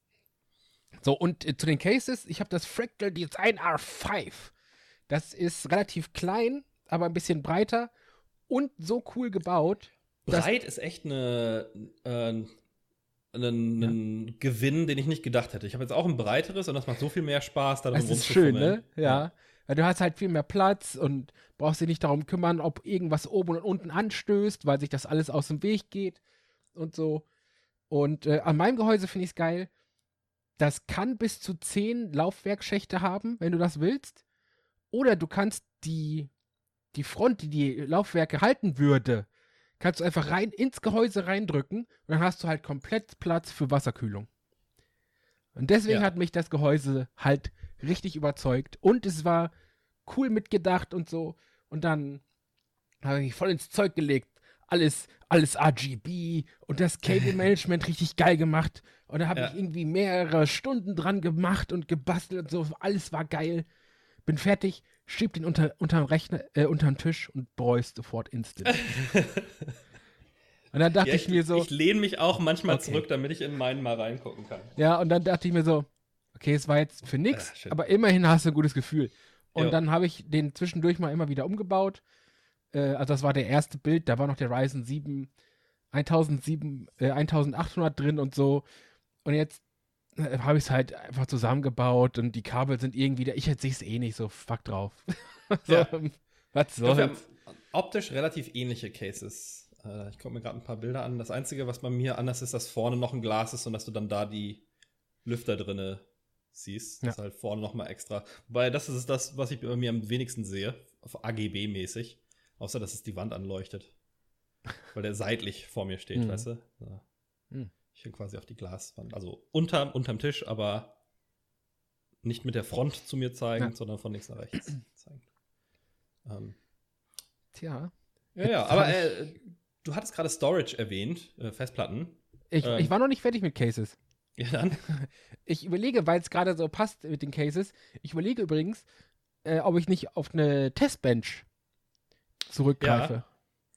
So, und äh, zu den Cases, ich habe das Fractal Design R fünf. Das ist relativ klein, aber ein bisschen breiter und so cool gebaut. Breit ist echt eine, äh, ein, ein ja. Gewinn, den ich nicht gedacht hätte. Ich habe jetzt auch ein breiteres und das macht so viel mehr Spaß, da drin rumzufummeln. Das ist schön, ne? Ja. ja. Weil du hast halt viel mehr Platz und brauchst dich nicht darum kümmern, ob irgendwas oben und unten anstößt, weil sich das alles aus dem Weg geht und so. Und äh, an meinem Gehäuse finde ich es geil. Das kann bis zu zehn Laufwerkschächte haben, wenn du das willst. Oder du kannst die, die Front, die die Laufwerke halten würde, kannst du einfach rein ins Gehäuse reindrücken und dann hast du halt komplett Platz für Wasserkühlung. Und deswegen ja. hat mich das Gehäuse halt richtig überzeugt. Und es war cool mitgedacht und so. Und dann habe ich mich voll ins Zeug gelegt. Alles, alles R G B und das Cable-Management richtig geil gemacht. Und da habe ja. ich irgendwie mehrere Stunden dran gemacht und gebastelt und so. Alles war geil. Bin fertig, schieb den unter, unterm Rechner, äh, unterm Tisch und bereust sofort instant. Und dann dachte ja, ich, ich mir so. Ich lehne mich auch manchmal okay. zurück, damit ich in meinen mal reingucken kann. Ja, und dann dachte ich mir so, okay, es war jetzt für nix, ah, aber immerhin hast du ein gutes Gefühl. Und jo. dann habe ich den zwischendurch mal immer wieder umgebaut. Äh, also das war der erste Bild, da war noch der Ryzen sieben, eintausendsieben, äh, eintausendachthundert drin und so. Und jetzt äh, habe ich es halt einfach zusammengebaut und die Kabel sind irgendwie da. Ich hätte es eh nicht, so fuck drauf. so, ja. Was soll's? Wir haben optisch relativ ähnliche Cases. Äh, ich gucke mir gerade ein paar Bilder an. Das Einzige, was bei mir anders ist, dass vorne noch ein Glas ist und dass du dann da die Lüfter drinne siehst. Ja. Das ist halt vorne noch mal extra. Wobei, das ist das, was ich bei mir am wenigsten sehe. Auf A G B-mäßig. Außer, dass es die Wand anleuchtet. Weil der seitlich vor mir steht, mhm. weißt du? Ja. Mhm. Ich bin quasi auf die Glaswand. Also unter, unterm Tisch, aber nicht mit der Front zu mir zeigend, ja. sondern von links nach rechts zeigend. Ähm. Tja. Ja, ja, aber äh, du hattest gerade Storage erwähnt, äh, Festplatten. Ich, ähm. ich war noch nicht fertig mit Cases. Ja, dann? Ich überlege, weil es gerade so passt mit den Cases, ich überlege übrigens, äh, ob ich nicht auf eine Testbench zurückgreife. Ja.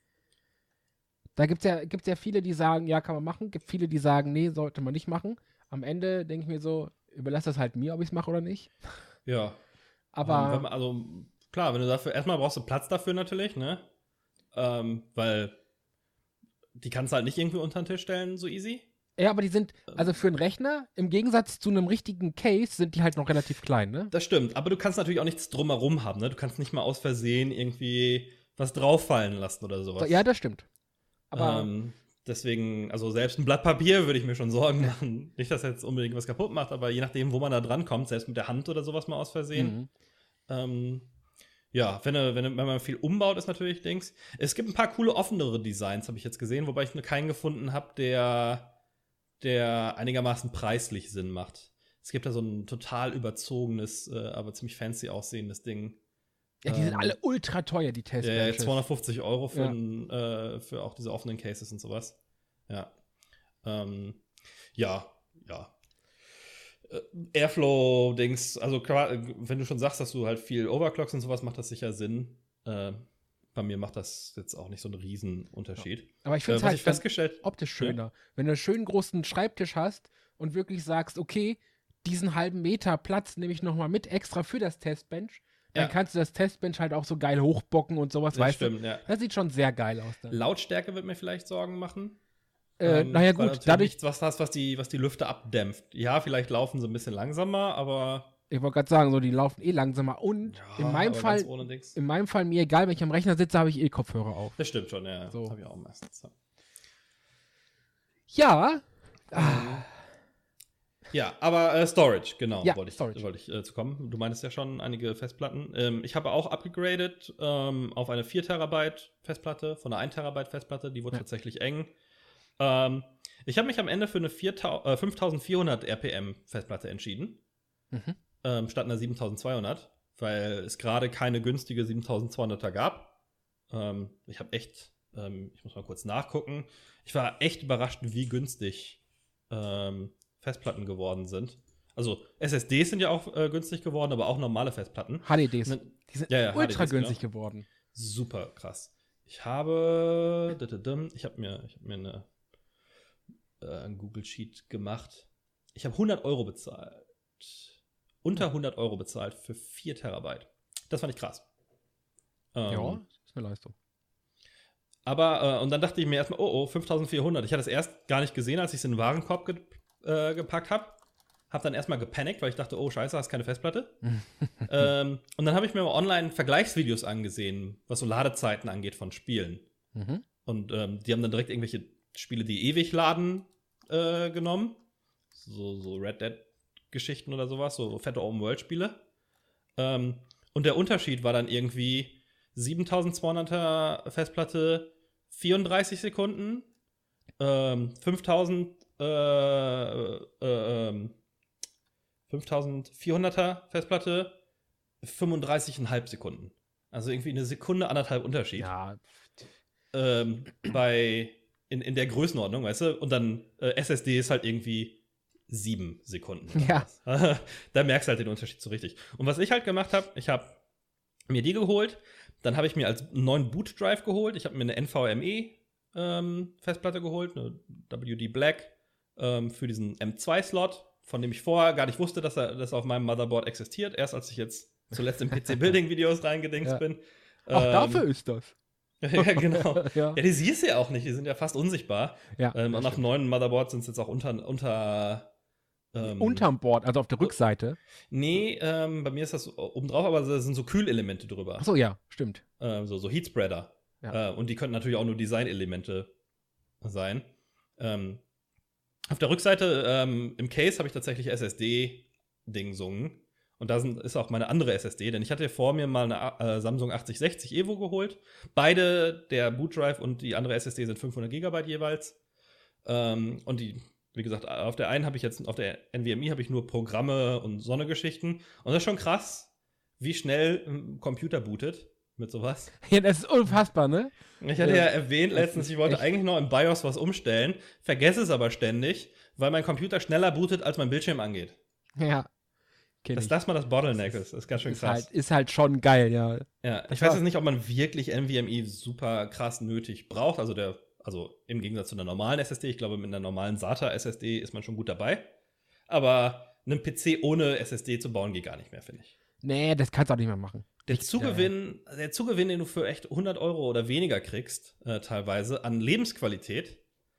Da gibt es ja, gibt's ja viele, die sagen, ja, kann man machen. Gibt viele, die sagen, nee, sollte man nicht machen. Am Ende denke ich mir so, überlass das halt mir, ob ich es mache oder nicht. Ja. Aber. Ähm, wenn man, also, klar, wenn du dafür, erstmal brauchst du Platz dafür natürlich, ne? Ähm, weil die kannst du halt nicht irgendwie unter den Tisch stellen, so easy. Ja, aber die sind, also für einen Rechner, im Gegensatz zu einem richtigen Case, sind die halt noch relativ klein, ne? Das stimmt, aber du kannst natürlich auch nichts drumherum haben, ne? Du kannst nicht mal aus Versehen irgendwie was drauffallen lassen oder sowas. Ja, das stimmt. Aber ähm, deswegen, also selbst ein Blatt Papier würde ich mir schon Sorgen machen. Nicht, dass er jetzt unbedingt was kaputt macht, aber je nachdem, wo man da dran kommt, selbst mit der Hand oder sowas mal aus Versehen. Mhm. Ähm, ja, wenn, wenn, wenn man viel umbaut, ist natürlich Dings. Es gibt ein paar coole offenere Designs, habe ich jetzt gesehen, wobei ich nur keinen gefunden habe, der, der einigermaßen preislich Sinn macht. Es gibt da so ein total überzogenes, äh, aber ziemlich fancy aussehendes Ding. Ja, die sind ähm, alle ultra teuer, die Testbenches. Ja, ja, zweihundertfünfzig Euro für, ja. ein, äh, für auch diese offenen Cases und sowas. Ja. Ähm, ja, ja. Äh, Airflow-Dings, also wenn du schon sagst, dass du halt viel Overclocks und sowas, macht das sicher Sinn. Äh, bei mir macht das jetzt auch nicht so einen Riesenunterschied. Ja. Aber ich finde es äh, halt ich festgestellt, optisch schöner. Ja. Wenn du einen schönen großen Schreibtisch hast und wirklich sagst, okay, diesen halben Meter Platz nehme ich nochmal mit extra für das Testbench, dann ja. kannst du das Testbench halt auch so geil hochbocken und sowas, das weißt stimmt, du? Ja. Das sieht schon sehr geil aus. Dann. Lautstärke wird mir vielleicht Sorgen machen. Äh, ähm, naja, gut, dadurch. Nichts, was hast, was die, was die Lüfter abdämpft. Ja, vielleicht laufen sie ein bisschen langsamer, aber. Ich wollte gerade sagen, so, die laufen eh langsamer. Und ja, in meinem Fall, in meinem Fall, mir egal, wenn ich am Rechner sitze, habe ich eh Kopfhörer auf. Das stimmt schon, ja. So. Das habe ich auch meistens. Ja. Ah. Ja, aber äh, Storage, genau, ja, wollte ich, Storage. wollte ich äh, zu kommen. Du meinst ja schon einige Festplatten. Ähm, ich habe auch abgegradet ähm, auf eine vier Terabyte Festplatte, von einer ein Terabyte Festplatte, die wurde ja. tatsächlich eng. Ähm, ich habe mich am Ende für eine äh, fünftausendvierhundert R P M Festplatte entschieden, mhm. ähm, statt einer siebentausendzweihundert, weil es gerade keine günstige siebentausendzweihunderter gab. Ähm, ich habe echt, ähm, ich muss mal kurz nachgucken, ich war echt überrascht, wie günstig ähm, Festplatten geworden sind. Also S S Ds sind ja auch äh, günstig geworden, aber auch normale Festplatten. H D Ds. Ne, Die sind ja, ja, ultra H D Ds, günstig genau. geworden. Super krass. Ich habe, ich habe mir, ich habe mir eine, äh, ein Google Sheet gemacht. Ich habe hundert Euro bezahlt. Unter hundert Euro bezahlt für vier Terabyte. Das fand ich krass. Ähm, Ja, das ist eine Leistung. Aber, äh, und dann dachte ich mir erstmal, oh, oh, fünftausendvierhundert. Ich hatte es erst gar nicht gesehen, als ich es in den Warenkorb ge äh, gepackt habe. Hab dann erstmal gepanikt, weil ich dachte, oh, scheiße, hast keine Festplatte. ähm, und dann habe ich mir mal online Vergleichsvideos angesehen, was so Ladezeiten angeht von Spielen. Mhm. Und ähm, die haben dann direkt irgendwelche Spiele, die ewig laden, äh, genommen. So, so Red Dead-Geschichten oder sowas, so fette Open-World-Spiele. Ähm, und der Unterschied war dann irgendwie siebentausendzweihunderter Festplatte, vierunddreißig Sekunden, ähm, fünftausend, äh, äh, äh, fünftausendvierhunderter Festplatte, fünfunddreißig Komma fünf Sekunden. Also irgendwie eine Sekunde, anderthalb Unterschied. Ja. Ähm, bei, in, in der Größenordnung, weißt du? Und dann äh, S S D ist halt irgendwie sieben Sekunden. Ja. Da merkst du halt den Unterschied so richtig. Und was ich halt gemacht habe, ich habe mir die geholt, dann habe ich mir als neuen Boot-Drive geholt, ich habe mir eine N V M E ähm, Festplatte geholt, eine W D Black ähm, für diesen M zwei Slot, von dem ich vorher gar nicht wusste, dass er das auf meinem Motherboard existiert, erst als ich jetzt zuletzt in P C-Building-Videos reingedingst Ja. bin. Auch ähm, dafür ist das. Ja, genau. Ja. Ja, die siehst du ja auch nicht, die sind ja fast unsichtbar. Ja, ähm, und das auf neuen Motherboards sind es jetzt auch unter. unter ähm, Unterm Board, also auf der Rückseite. Nee, ähm, bei mir ist das obendrauf, aber da sind so Kühlelemente drüber. Achso, ja, stimmt. Ähm, so, so Heatspreader. Ja. Äh, und die könnten natürlich auch nur Designelemente sein. Ähm, auf der Rückseite ähm, im Case habe ich tatsächlich S S D-Dingsungen. Und da sind, ist auch meine andere S S D, denn ich hatte vor mir mal eine äh, Samsung achtzig sechzig Evo geholt. Beide, der Bootdrive und die andere S S D, sind fünfhundert Gigabyte jeweils. Ähm, und die, wie gesagt, auf der einen habe ich jetzt, auf der N V M E habe ich nur Programme und Sonne-Geschichten. Und das ist schon krass, wie schnell ein Computer bootet mit sowas. Ja, das ist unfassbar, ne? Ich hatte ja erwähnt letztens, ich wollte echt eigentlich noch im BIOS was umstellen, vergesse es aber ständig, weil mein Computer schneller bootet, als mein Bildschirm angeht. Ja. Kenn Dass ich. das mal das Bottleneck ist, ist ganz schön Ist krass. halt, ist halt schon geil, ja. Ja, Das ich weiß war- jetzt nicht, ob man wirklich N V M E super krass nötig braucht. Also der, also im Gegensatz zu einer normalen S S D, ich glaube, mit einer normalen SATA S S D ist man schon gut dabei. Aber einen P C ohne S S D zu bauen geht gar nicht mehr, finde ich. Nee, das kannst du auch nicht mehr machen. Der Ich, Zugewinn, der Zugewinn, den du für echt hundert Euro oder weniger kriegst, äh, teilweise, an Lebensqualität,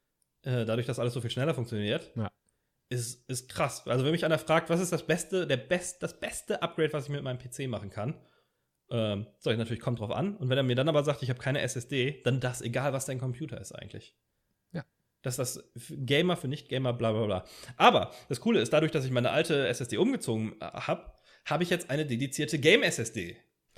äh, dadurch, dass alles so viel schneller funktioniert, Ja. ist, ist krass. Also, wenn mich einer fragt, was ist das beste, der best, das beste Upgrade, was ich mit meinem P C machen kann, ähm, sag ich natürlich, kommt drauf an. Und wenn er mir dann aber sagt, ich habe keine S S D, dann das, egal was dein Computer ist eigentlich. Ja. Dass das für Gamer, für Nicht-Gamer, bla bla bla. Aber das Coole ist, dadurch, dass ich meine alte S S D umgezogen habe, habe ich jetzt eine dedizierte Game-S S D.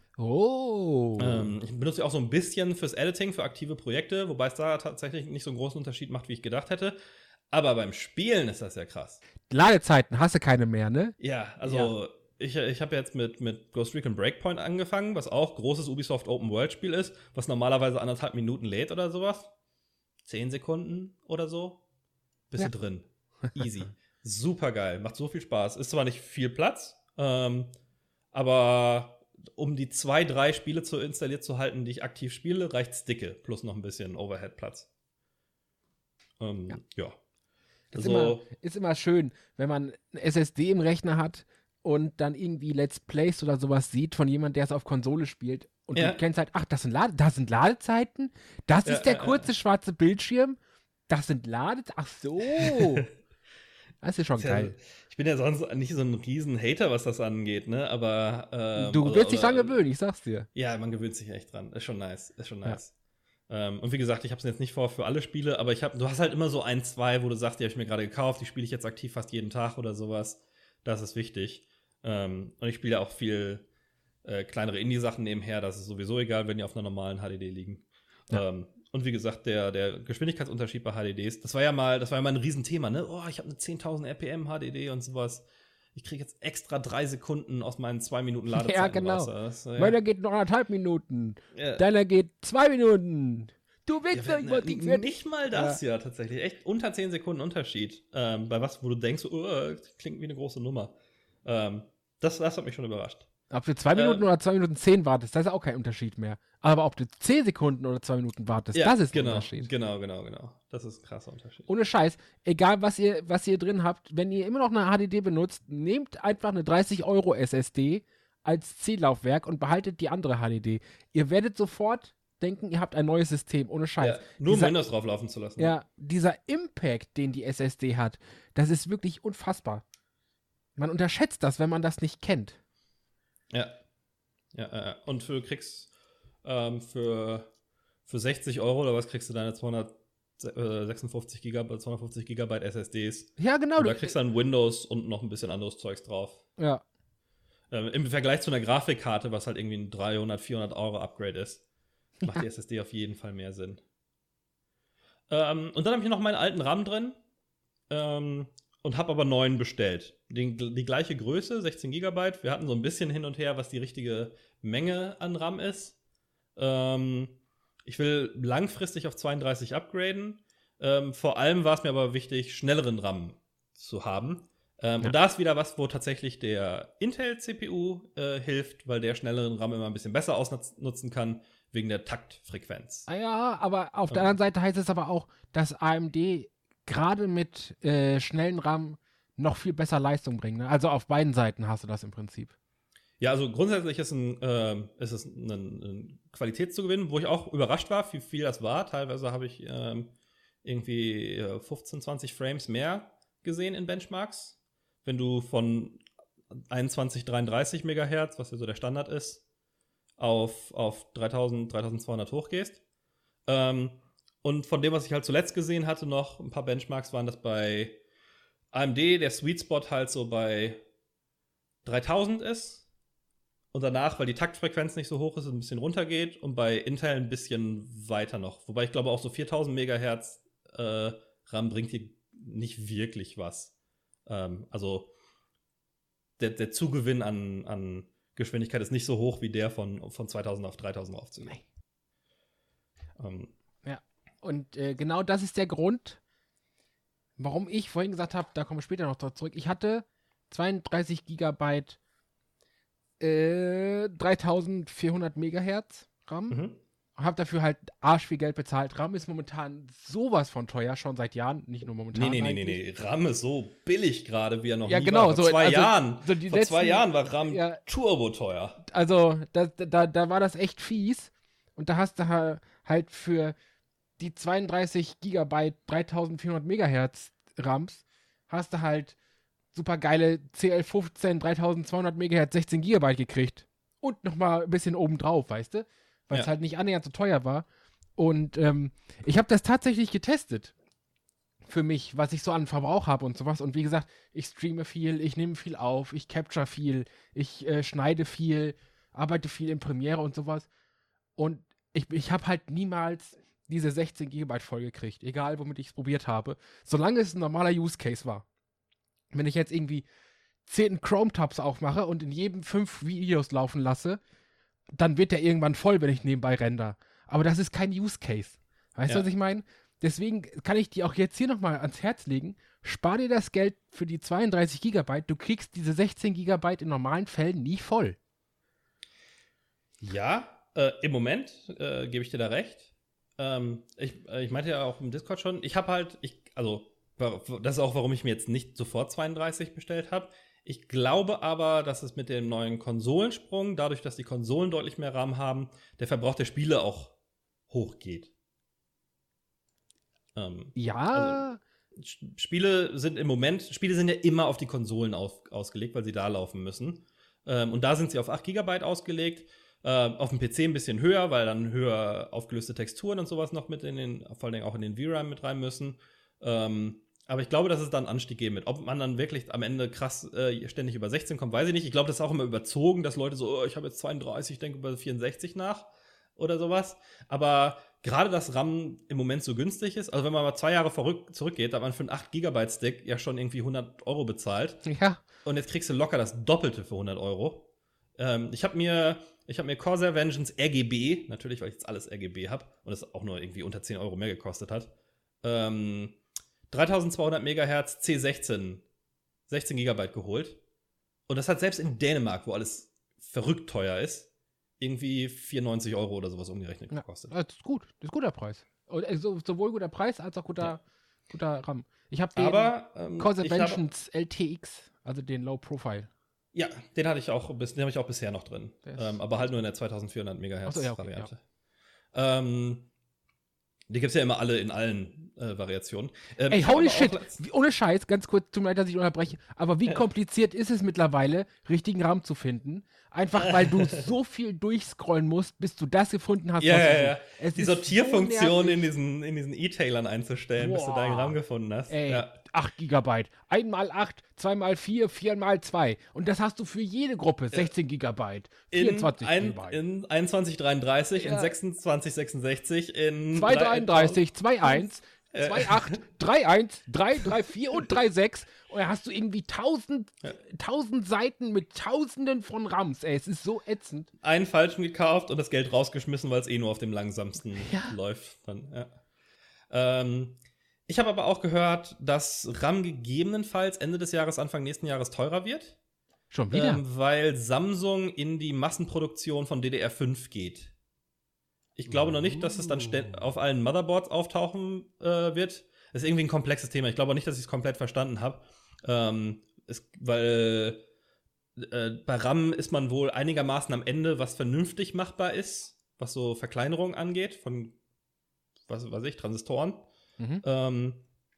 Oh. Ähm, ich benutze sie auch so ein bisschen fürs Editing, für aktive Projekte, wobei es da tatsächlich nicht so einen großen Unterschied macht, wie ich gedacht hätte. Aber beim Spielen ist das ja krass. Ladezeiten hast du keine mehr, ne? Ja, also ich, ich habe jetzt mit, mit Ghost Recon Breakpoint angefangen, was auch großes Ubisoft Open World Spiel ist, was normalerweise anderthalb Minuten lädt oder sowas. Zehn Sekunden oder so. Bist Ja. du drin. Easy. Super geil. Macht so viel Spaß. Ist zwar nicht viel Platz, ähm, aber um die zwei, drei Spiele zu installiert zu halten, die ich aktiv spiele, reicht's dicke. Plus noch ein bisschen Overhead-Platz. Ähm, Ja. ja. Ist, Also- immer, ist immer schön, wenn man eine S S D im Rechner hat und dann irgendwie Let's Plays oder sowas sieht von jemandem, der es auf Konsole spielt. Und Ja. du kennst halt, ach, das sind, Lade das sind Ladezeiten? Das Ja, ist der ja, ja. kurze schwarze Bildschirm? Das sind Ladezeiten? Ach so. Das ist schon Ist ja- geil. Ich bin ja sonst nicht so ein riesen Hater, was das angeht, ne? Aber ähm, Du oder- wirst dich oder- dran gewöhnen, ich sag's dir. Ja, man gewöhnt sich echt dran. Ist schon nice. Ist schon Ja. nice. Ähm, und wie gesagt, ich habe es jetzt nicht vor für alle Spiele, aber ich hab, du hast halt immer so ein, zwei, wo du sagst, die habe ich mir gerade gekauft, die spiele ich jetzt aktiv fast jeden Tag oder sowas. Das ist wichtig. Ähm, und ich spiele auch viel äh, kleinere Indie-Sachen nebenher. Das ist sowieso egal, wenn die auf einer normalen H D D liegen. Ja. Ähm, und wie gesagt, der, der Geschwindigkeitsunterschied bei H D Ds, das war ja mal, das war ja mal ein Riesenthema, ne? Oh, ich habe eine zehntausend R P M H D D und sowas. Ich kriege jetzt extra drei Sekunden aus meinen zwei Minuten Ladezeit Ja, genau. raus. Das, äh, Meiner geht noch anderthalb Minuten. ja. Deiner geht zwei Minuten. Du willst Ja, doch, ich ne, wollte nichts mehr. nicht mal das ja. tatsächlich. Echt unter zehn Sekunden Unterschied. Ähm, bei was, wo du denkst, oh, das klingt wie eine große Nummer. Ähm, das, das hat mich schon überrascht. Ob du zwei Minuten Ähm, oder zwei Minuten zehn wartest, das ist auch kein Unterschied mehr. Aber ob du zehn Sekunden oder zwei Minuten wartest, ja, das ist ein genau, Unterschied. Genau, genau, genau. Das ist ein krasser Unterschied. Ohne Scheiß, egal was ihr, was ihr drin habt, wenn ihr immer noch eine H D D benutzt, nehmt einfach eine dreißig Euro S S D als Ziellaufwerk und behaltet die andere H D D. Ihr werdet sofort denken, ihr habt ein neues System, ohne Scheiß. Ja, nur dieser, um Windows drauflaufen zu lassen. Ja, dieser Impact, den die S S D hat, das ist wirklich unfassbar. Man unterschätzt das, wenn man das nicht kennt. Ja. Ja, äh, und du kriegst ähm, für, für sechzig Euro oder was kriegst du deine zweihundertsechsundfünfzig Gigabyte, zweihundertfünfzig Gigabyte S S Ds. Ja, genau. Und da kriegst du dann Windows und noch ein bisschen anderes Zeugs drauf. Ja. Ähm, Im Vergleich zu einer Grafikkarte, was halt irgendwie ein dreihundert, vierhundert Euro Upgrade ist, macht Ja. die S S D auf jeden Fall mehr Sinn. Ähm, und dann habe ich noch meinen alten RAM drin ähm, und habe aber neuen bestellt. Die, die gleiche Größe, sechzehn Gigabyte. Wir hatten so ein bisschen hin und her, was die richtige Menge an RAM ist. Ähm, ich will langfristig auf zweiunddreißig upgraden. Ähm, vor allem war es mir aber wichtig, schnelleren RAM zu haben. Ähm, Ja. Und da ist wieder was, wo tatsächlich der Intel-C P U äh, hilft, weil der schnelleren RAM immer ein bisschen besser ausnutzen kann, wegen der Taktfrequenz. Ah ja, aber auf der Ja. anderen Seite heißt es aber auch, dass A M D gerade mit äh, schnellen RAM noch viel besser Leistung bringt. Ne? Also auf beiden Seiten hast du das im Prinzip. Ja, also grundsätzlich ist, ein, ähm, ist es ein, ein Qualitätszugewinn, wo ich auch überrascht war, wie viel das war. Teilweise habe ich ähm, irgendwie äh, fünfzehn, zwanzig Frames mehr gesehen in Benchmarks. Wenn du von einundzwanzig, dreiunddreißig Megahertz, was ja so der Standard ist, auf, auf dreitausend, dreitausendzweihundert hochgehst. Ähm, und von dem, was ich halt zuletzt gesehen hatte, noch ein paar Benchmarks waren das bei A M D, der Sweet Spot halt so bei dreitausend ist. Und danach, weil die Taktfrequenz nicht so hoch ist, ein bisschen runtergeht. Und bei Intel ein bisschen weiter noch. Wobei ich glaube, auch so viertausend Megahertz äh, RAM bringt hier nicht wirklich was. Ähm, also der, der Zugewinn an, an Geschwindigkeit ist nicht so hoch wie der von, von zweitausend auf dreitausend aufzugehen. Ähm, Ja. Und äh, genau das ist der Grund, warum ich vorhin gesagt habe, da komme ich später noch drauf zurück. Ich hatte zweiunddreißig Gigabyte äh, dreitausendvierhundert Megahertz RAM. mhm. Habe dafür halt arsch viel Geld bezahlt. RAM ist momentan sowas von teuer, schon seit Jahren, nicht nur momentan. Nee, nee, nee, nee, eigentlich. nee. RAM ist so billig gerade, wie er noch Ja, nie genau, war. Vor so- zwei also, Jahren. so die Vor zwei letzten- Jahren war RAM ja. turbo teuer. Also, da, da, da war das echt fies. Und da hast du ha- halt für die zweiunddreißig Gigabyte dreitausendvierhundert Megahertz RAMs hast du halt super geile C L fünfzehn dreitausendzweihundert Megahertz sechzehn Gigabyte gekriegt. Und nochmal ein bisschen obendrauf, weißt du? Weil es Ja. halt nicht annähernd so teuer war. Und ähm, ich habe das tatsächlich getestet. Für mich, was ich so an Verbrauch habe und sowas. Und wie gesagt, ich streame viel, ich nehme viel auf, ich capture viel, ich äh, schneide viel, arbeite viel in Premiere und sowas. Und ich, ich habe halt niemals diese sechzehn Gigabyte voll gekriegt, egal womit ich es probiert habe, solange es ein normaler Use Case war. Wenn ich jetzt irgendwie zehn Chrome-Tabs aufmache und in jedem fünf Videos laufen lasse, dann wird der irgendwann voll, wenn ich nebenbei render. Aber das ist kein Use Case. Weißt du, Ja. was ich meine? Deswegen kann ich dir auch jetzt hier nochmal ans Herz legen, spar dir das Geld für die zweiunddreißig Gigabyte, du kriegst diese sechzehn Gigabyte in normalen Fällen nie voll. Ja, äh, im Moment äh, gebe ich dir da recht. Ähm, ich, äh, ich meinte ja auch im Discord schon, ich habe halt, ich, also, wa- das ist auch, warum ich mir jetzt nicht sofort zweiunddreißig bestellt habe. Ich glaube aber, dass es mit dem neuen Konsolensprung, dadurch, dass die Konsolen deutlich mehr RAM haben, der Verbrauch der Spiele auch hochgeht. Ähm, Ja, Sch- Spiele sind im Moment, Spiele sind ja immer auf die Konsolen auf, ausgelegt, weil sie da laufen müssen. Ähm, und da sind sie auf acht Gigabyte ausgelegt. Ähm, auf dem P C ein bisschen höher, weil dann höher aufgelöste Texturen und sowas noch mit in den, vor allen Dingen auch in den V RAM mit rein müssen. Ähm, aber ich glaube, dass es dann einen Anstieg geben wird. Ob man dann wirklich am Ende krass äh, ständig über sechzehn kommt, weiß ich nicht. Ich glaube, das ist auch immer überzogen, dass Leute so, oh, ich habe jetzt zweiunddreißig, ich denke über vierundsechzig nach oder sowas. Aber gerade dass RAM im Moment so günstig ist, also wenn man mal zwei Jahre verrück- zurückgeht, da hat man für einen acht Gigabyte Stick ja schon irgendwie hundert Euro bezahlt. ja. Und jetzt kriegst du locker das Doppelte für hundert Euro. Ähm, ich habe mir Ich habe mir Corsair Vengeance R G B, natürlich, weil ich jetzt alles R G B habe und es auch nur irgendwie unter zehn Euro mehr gekostet hat. Ähm, dreitausendzweihundert Megahertz C sechzehn, sechzehn Gigabyte geholt. Und das hat selbst in Dänemark, wo alles verrückt teuer ist, irgendwie vierundneunzig Euro oder sowas umgerechnet Ja, gekostet. das ist gut. Das ist guter Preis. Und, äh, so, sowohl guter Preis als auch guter, Ja. guter RAM. Ich habe den Aber ähm, Corsair ich habe, Vengeance L T X, also den Low Profile. ja, den hatte ich auch, bis- den habe ich auch bisher noch drin. Der ist- Ähm, aber halt nur in der zweitausendvierhundert Megahertz Ach so, ja, okay, Variante. Ähm, die gibt es ja immer alle in allen äh, Variationen. Ähm, Ey, ich hab holy aber auch shit, letzt- wie, ohne Scheiß, ganz kurz, tut mir leid, dass ich unterbreche, aber wie Ja. kompliziert ist es mittlerweile, richtigen RAM zu finden? Einfach, weil du so viel durchscrollen musst, bis du das gefunden hast, Ja, was ja, du ja. suchst. Es Die ist Sortierfunktion so in nervig. diesen, in diesen E-Tailern einzustellen, bis du Boah. deinen RAM gefunden hast. Ey, Ja. acht Gigabyte, eins mal acht, zwei mal vier, vier mal zwei. Und das hast du für jede Gruppe, sechzehn Gigabyte, In, vierundzwanzig ein, Gigabyte. in einundzwanzig dreiunddreißig, Ja. in sechsundzwanzig sechsundsechzig, in zweihundertdreiunddreißig, zwei Komma eins, Äh. zwei Komma acht, drei Komma eins, drei Komma vier und drei Komma sechs. Und da hast du irgendwie tausend, tausend Seiten mit tausenden von RAMs. Ey, es ist so ätzend. einen falschen gekauft und das Geld rausgeschmissen, weil es eh nur auf dem langsamsten Ja. läuft. Dann, ja. ähm, ich habe aber auch gehört, dass RAM gegebenenfalls Ende des Jahres, Anfang nächsten Jahres teurer wird, Schon wieder? ähm, weil Samsung in die Massenproduktion von D D R fünf geht. Ich glaube noch nicht, dass es dann stä- auf allen Motherboards auftauchen äh, wird. Das ist irgendwie ein komplexes Thema. Ich glaube auch nicht, dass ich es komplett verstanden habe. Ähm, es, weil äh, bei RAM ist man wohl einigermaßen am Ende, was vernünftig machbar ist, was so Verkleinerung angeht, von, was weiß ich, Transistoren. Mhm. Ähm,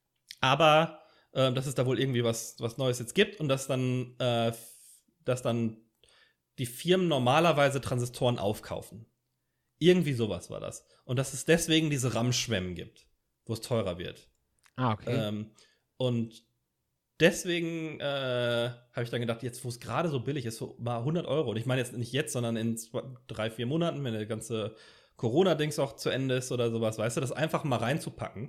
aber äh, dass es da wohl irgendwie was, was Neues jetzt gibt und dass dann, äh, f- dass dann die Firmen normalerweise Transistoren aufkaufen. Irgendwie sowas war das. Und dass es deswegen diese RAM-Schwemmen gibt, wo es teurer wird. Ah, okay. Ähm, und deswegen äh, habe ich dann gedacht, jetzt, wo es gerade so billig ist, so mal hundert Euro. Und ich meine jetzt nicht jetzt, sondern in zwei, drei, vier Monaten, wenn der ganze Corona-Dings auch zu Ende ist oder sowas, weißt du, das einfach mal reinzupacken.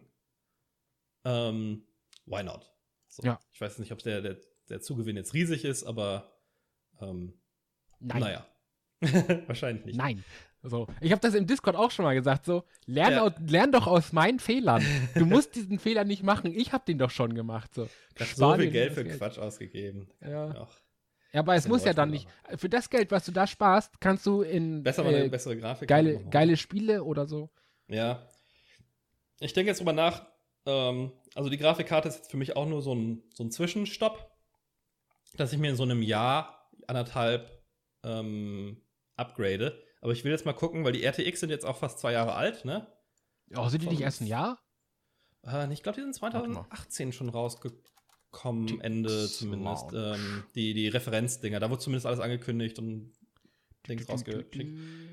Ähm, why not? So. Ja. Ich weiß nicht, ob der, der, der Zugewinn jetzt riesig ist, aber ähm, Nein. naja. Wahrscheinlich nicht. Nein. So. Ich habe das im Discord auch schon mal gesagt. So, lern, Ja. aus, lern doch aus meinen Fehlern. Du musst diesen Fehler nicht machen. Ich habe den doch schon gemacht. So. Ich habe Spar so viel dir Geld das für Geld. Quatsch ausgegeben. Ja. Ach, Ja, aber es Den muss ja läuft dann man nicht. Für das Geld, was du da sparst, kannst du in besser mal eine äh, bessere Grafik. geile, machen. geile Spiele oder so. Ja. Ich denke jetzt drüber nach. Ähm, also die Grafikkarte ist jetzt für mich auch nur so ein, so ein Zwischenstopp, dass ich mir in so einem Jahr, anderthalb ähm, upgrade. Aber ich will jetzt mal gucken, weil die R T X sind jetzt auch fast zwei Jahre alt, ne? Oh, sind die nicht Von- erst ein Jahr? Äh, ich glaube, die sind Warte mal. zweitausendachtzehn schon rausgekommen, Die Ende X zumindest. Lounge. Ähm, die, die Referenzdinger, da wurde zumindest alles angekündigt und Dings rausgeschickt.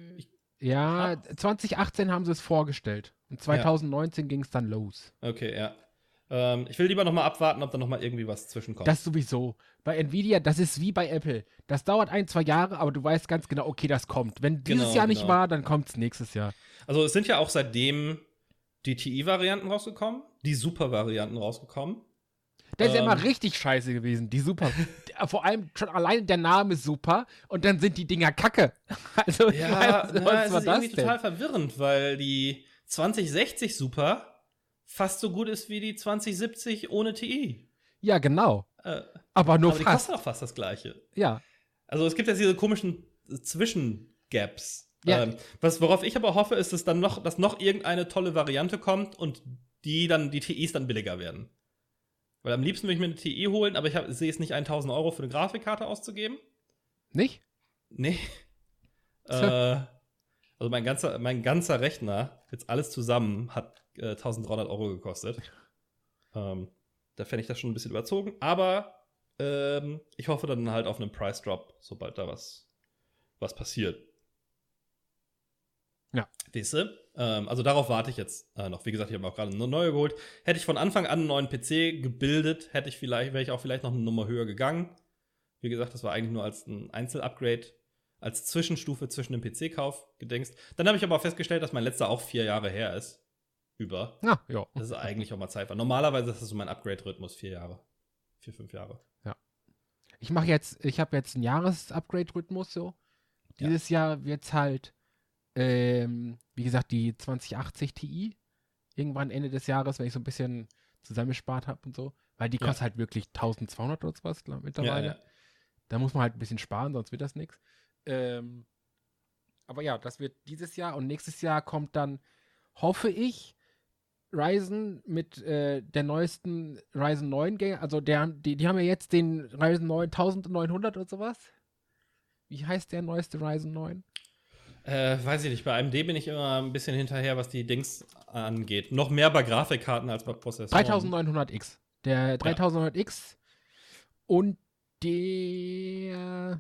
Ja, zwanzig achtzehn haben sie es vorgestellt. Und zwanzig neunzehn ging es dann los. Okay, ja. Ähm, ich will lieber noch mal abwarten, ob da noch mal irgendwie was zwischenkommt. Das sowieso. Bei Nvidia, das ist wie bei Apple. Das dauert ein, zwei Jahre, aber du weißt ganz genau, okay, das kommt. Wenn dieses Genau, Jahr nicht genau. war, dann kommt es nächstes Jahr. Also es sind ja auch seitdem die T I-Varianten rausgekommen, die Super-Varianten rausgekommen. Das ist ja Ähm. immer richtig scheiße gewesen, die Super. Vor allem schon alleine der Name ist super und dann sind die Dinger kacke. Also, ich Ja, weiß, na, was es war ist das irgendwie denn? total verwirrend, weil die zwanzig sechzig Super fast so gut ist wie die zwanzig siebzig ohne T I. Ja, genau. Äh, Aber nur aber die fast. kosten auch fast das Gleiche. Ja. Also es gibt jetzt diese komischen Zwischengaps. Ja. Ähm, was, worauf ich aber hoffe, ist, dass dann noch, dass noch irgendeine tolle Variante kommt und die dann, die T Is dann billiger werden. Weil am liebsten würde ich mir eine T I holen, aber ich hab, sehe es nicht, tausend Euro für eine Grafikkarte auszugeben. Nicht? Nee. äh, also mein ganzer, mein ganzer Rechner, jetzt alles zusammen, hat äh, eintausenddreihundert Euro gekostet. Ähm, da fände ich das schon ein bisschen überzogen, aber ähm, ich hoffe dann halt auf einen Price Drop, sobald da was, was passiert. Ja. Weißt du? Ähm, also darauf warte ich jetzt äh, noch. Wie gesagt, ich habe mir auch gerade eine neue geholt. Hätte ich von Anfang an einen neuen P C gebildet, hätte ich vielleicht, wäre ich auch vielleicht noch eine Nummer höher gegangen. Wie gesagt, das war eigentlich nur als ein Einzelupgrade, als Zwischenstufe zwischen dem P C-Kauf gedenkst. Dann habe ich aber auch festgestellt, dass mein letzter auch vier Jahre her ist. Über. Ja, ja. Das ist eigentlich auch mal Zeit war. Normalerweise ist das so mein Upgrade-Rhythmus, vier Jahre. Vier, fünf Jahre. Ich mache jetzt, ich habe jetzt einen Jahres-Upgrade-Rhythmus so. Dieses ja. Jahr wird es halt, ähm, wie gesagt, die zwanzig achtzig Ti. Irgendwann Ende des Jahres, wenn ich so ein bisschen zusammengespart habe und so. Weil die Ja. kostet halt wirklich eintausendzweihundert oder sowas glaub, mittlerweile. Ja, ja. Da muss man halt ein bisschen sparen, sonst wird das nichts. Ähm, aber ja, das wird dieses Jahr und nächstes Jahr kommt dann, hoffe ich, Ryzen mit äh, der neuesten Ryzen neun Gang. Also der, die, die haben ja jetzt den Ryzen neun neunzehnhundert oder sowas. Wie heißt der neueste Ryzen neun? Äh, weiß ich nicht. Bei A M D bin ich immer ein bisschen hinterher, was die Dings angeht. Noch mehr bei Grafikkarten als bei Prozessoren. dreineunhundert X. Der dreineunhundert X und der.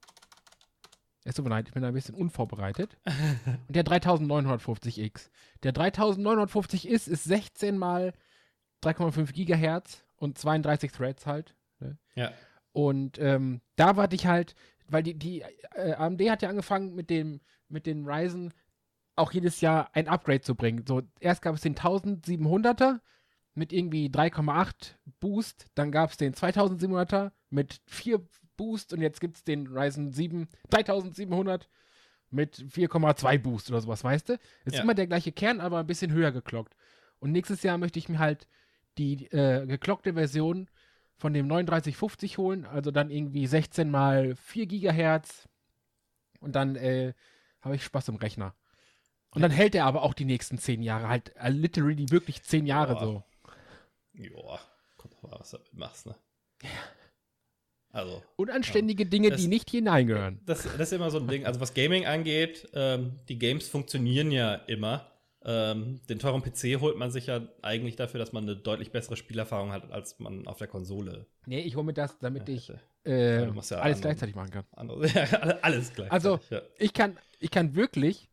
Es tut mir leid, ich bin da ein bisschen unvorbereitet. Und der dreineunhundertfünfzig X. Der dreineunhundertfünfzig ist, ist sechzehn mal drei Komma fünf Gigahertz und zweiunddreißig Threads halt. Ne? Ja. Und ähm, da warte ich halt, weil die, die äh, A M D hat ja angefangen mit dem mit den Ryzen auch jedes Jahr ein Upgrade zu bringen. So, erst gab es den eintausendsiebenhunderter mit irgendwie drei Komma acht Boost, dann gab es den zweitausendsiebenhunderter mit vier Boost und jetzt gibt es den Ryzen sieben dreitausendsiebenhundert mit vier Komma zwei Boost oder sowas, weißt du? Ist Ja. immer der gleiche Kern, aber ein bisschen höher geklockt. Und nächstes Jahr möchte ich mir halt die äh, geklockte Version von dem neununddreißig fünfzig holen, also dann irgendwie sechzehn mal vier Gigahertz und dann äh, habe ich Spaß im Rechner. Und dann hält er aber auch die nächsten zehn Jahre, halt äh, literally wirklich zehn Jahre Boah. so. Joa, kommt mal, was du damit machst, ne? Also. Unanständige ja. Dinge, das, die nicht hineingehören. Das, das ist immer so ein Ding. Also, was Gaming angeht, ähm, die Games funktionieren ja immer. Ähm, den teuren P C holt man sich ja eigentlich dafür, dass man eine deutlich bessere Spielerfahrung hat, als man auf der Konsole. Nee, ich hole mir das, damit ich äh, äh, ja alles andere, gleichzeitig machen kann. Andere, ja, alles gleichzeitig. Also, ja. ich kann, ich kann wirklich